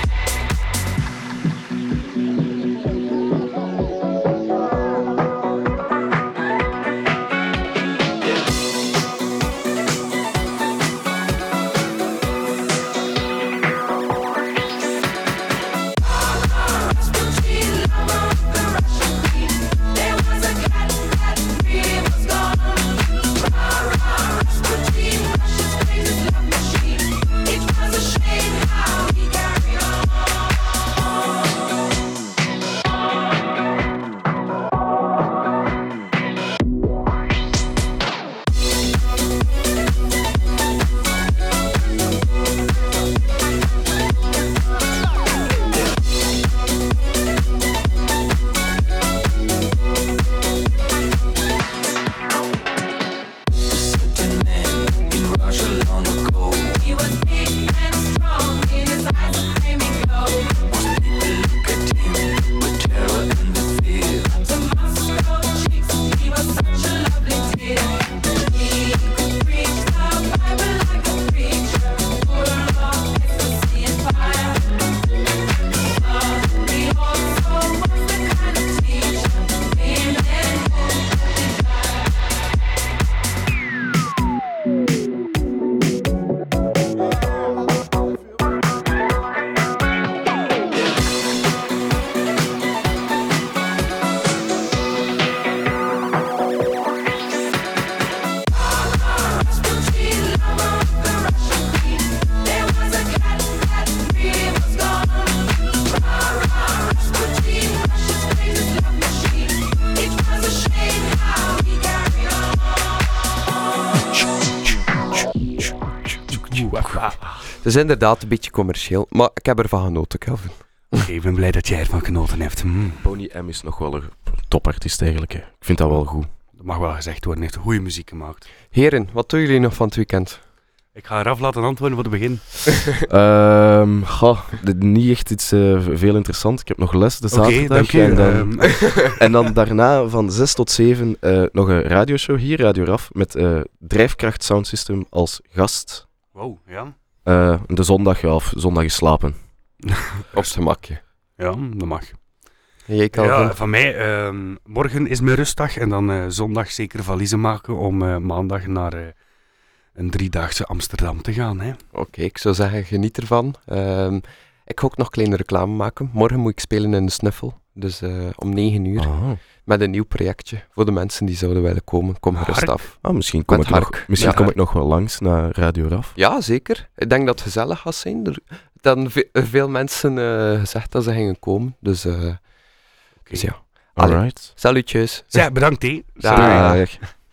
He was big and strong, in his eyes a flaming glow. Look at him with terror and the fear. To Moscow cheeks, he was such a lovely dear. He could preach the Bible like a preacher, full of ecstasy and fire. But he also was the kind of teacher women desire. Het is inderdaad een beetje commercieel, maar ik heb ervan genoten, Kelvin. Oké, ik ben blij dat jij ervan genoten hebt. Hmm, Bonnie M is nog wel een topartiest eigenlijk. Hè. Ik vind dat wel goed. dat mag wel gezegd worden, hij heeft goede muziek gemaakt. Heren, wat doen jullie nog van het weekend? Ik ga Raf laten antwoorden voor het begin. Ehm goh, dit- niet echt iets eh, veel interessant. Ik heb nog les de Oké, zaterdag. dank je. en, dan, Ehm, en dan daarna van zes tot zeven eh, nog een radioshow hier, Radio Raf, met eh, Drijfkracht Sound System als gast. wow, ja. Eh, de zondag, ja, of zondag is slapen. Op zijn makje. Ja, dat mag. Jij, Kelvin? Ja, van mij, ehm, morgen is mijn rustdag en dan eh, zondag zeker valiezen maken om eh, maandag naar eh, een driedaagse Amsterdam te gaan. Hè. Oké, ik zou zeggen, geniet ervan. Ehm, ik ga ook nog kleine reclame maken. Morgen moet ik spelen in de Snuffel. Dus eh, om negen uur. Ah. Met een nieuw projectje. Voor de mensen die zouden willen komen. Kom gerust Hark. af. Ah, misschien kom, Met ik nog, Hark. misschien Ja. kom ik nog wel langs naar Radio Raf. Ja, zeker. Ik denk dat het gezellig gaat zijn. Er hebben ve- veel mensen eh, gezegd dat ze gingen komen. Dus, eh, dus ja. Allee. Alright. Salutjes. Zeg, bedankt hé. Dag. Dag.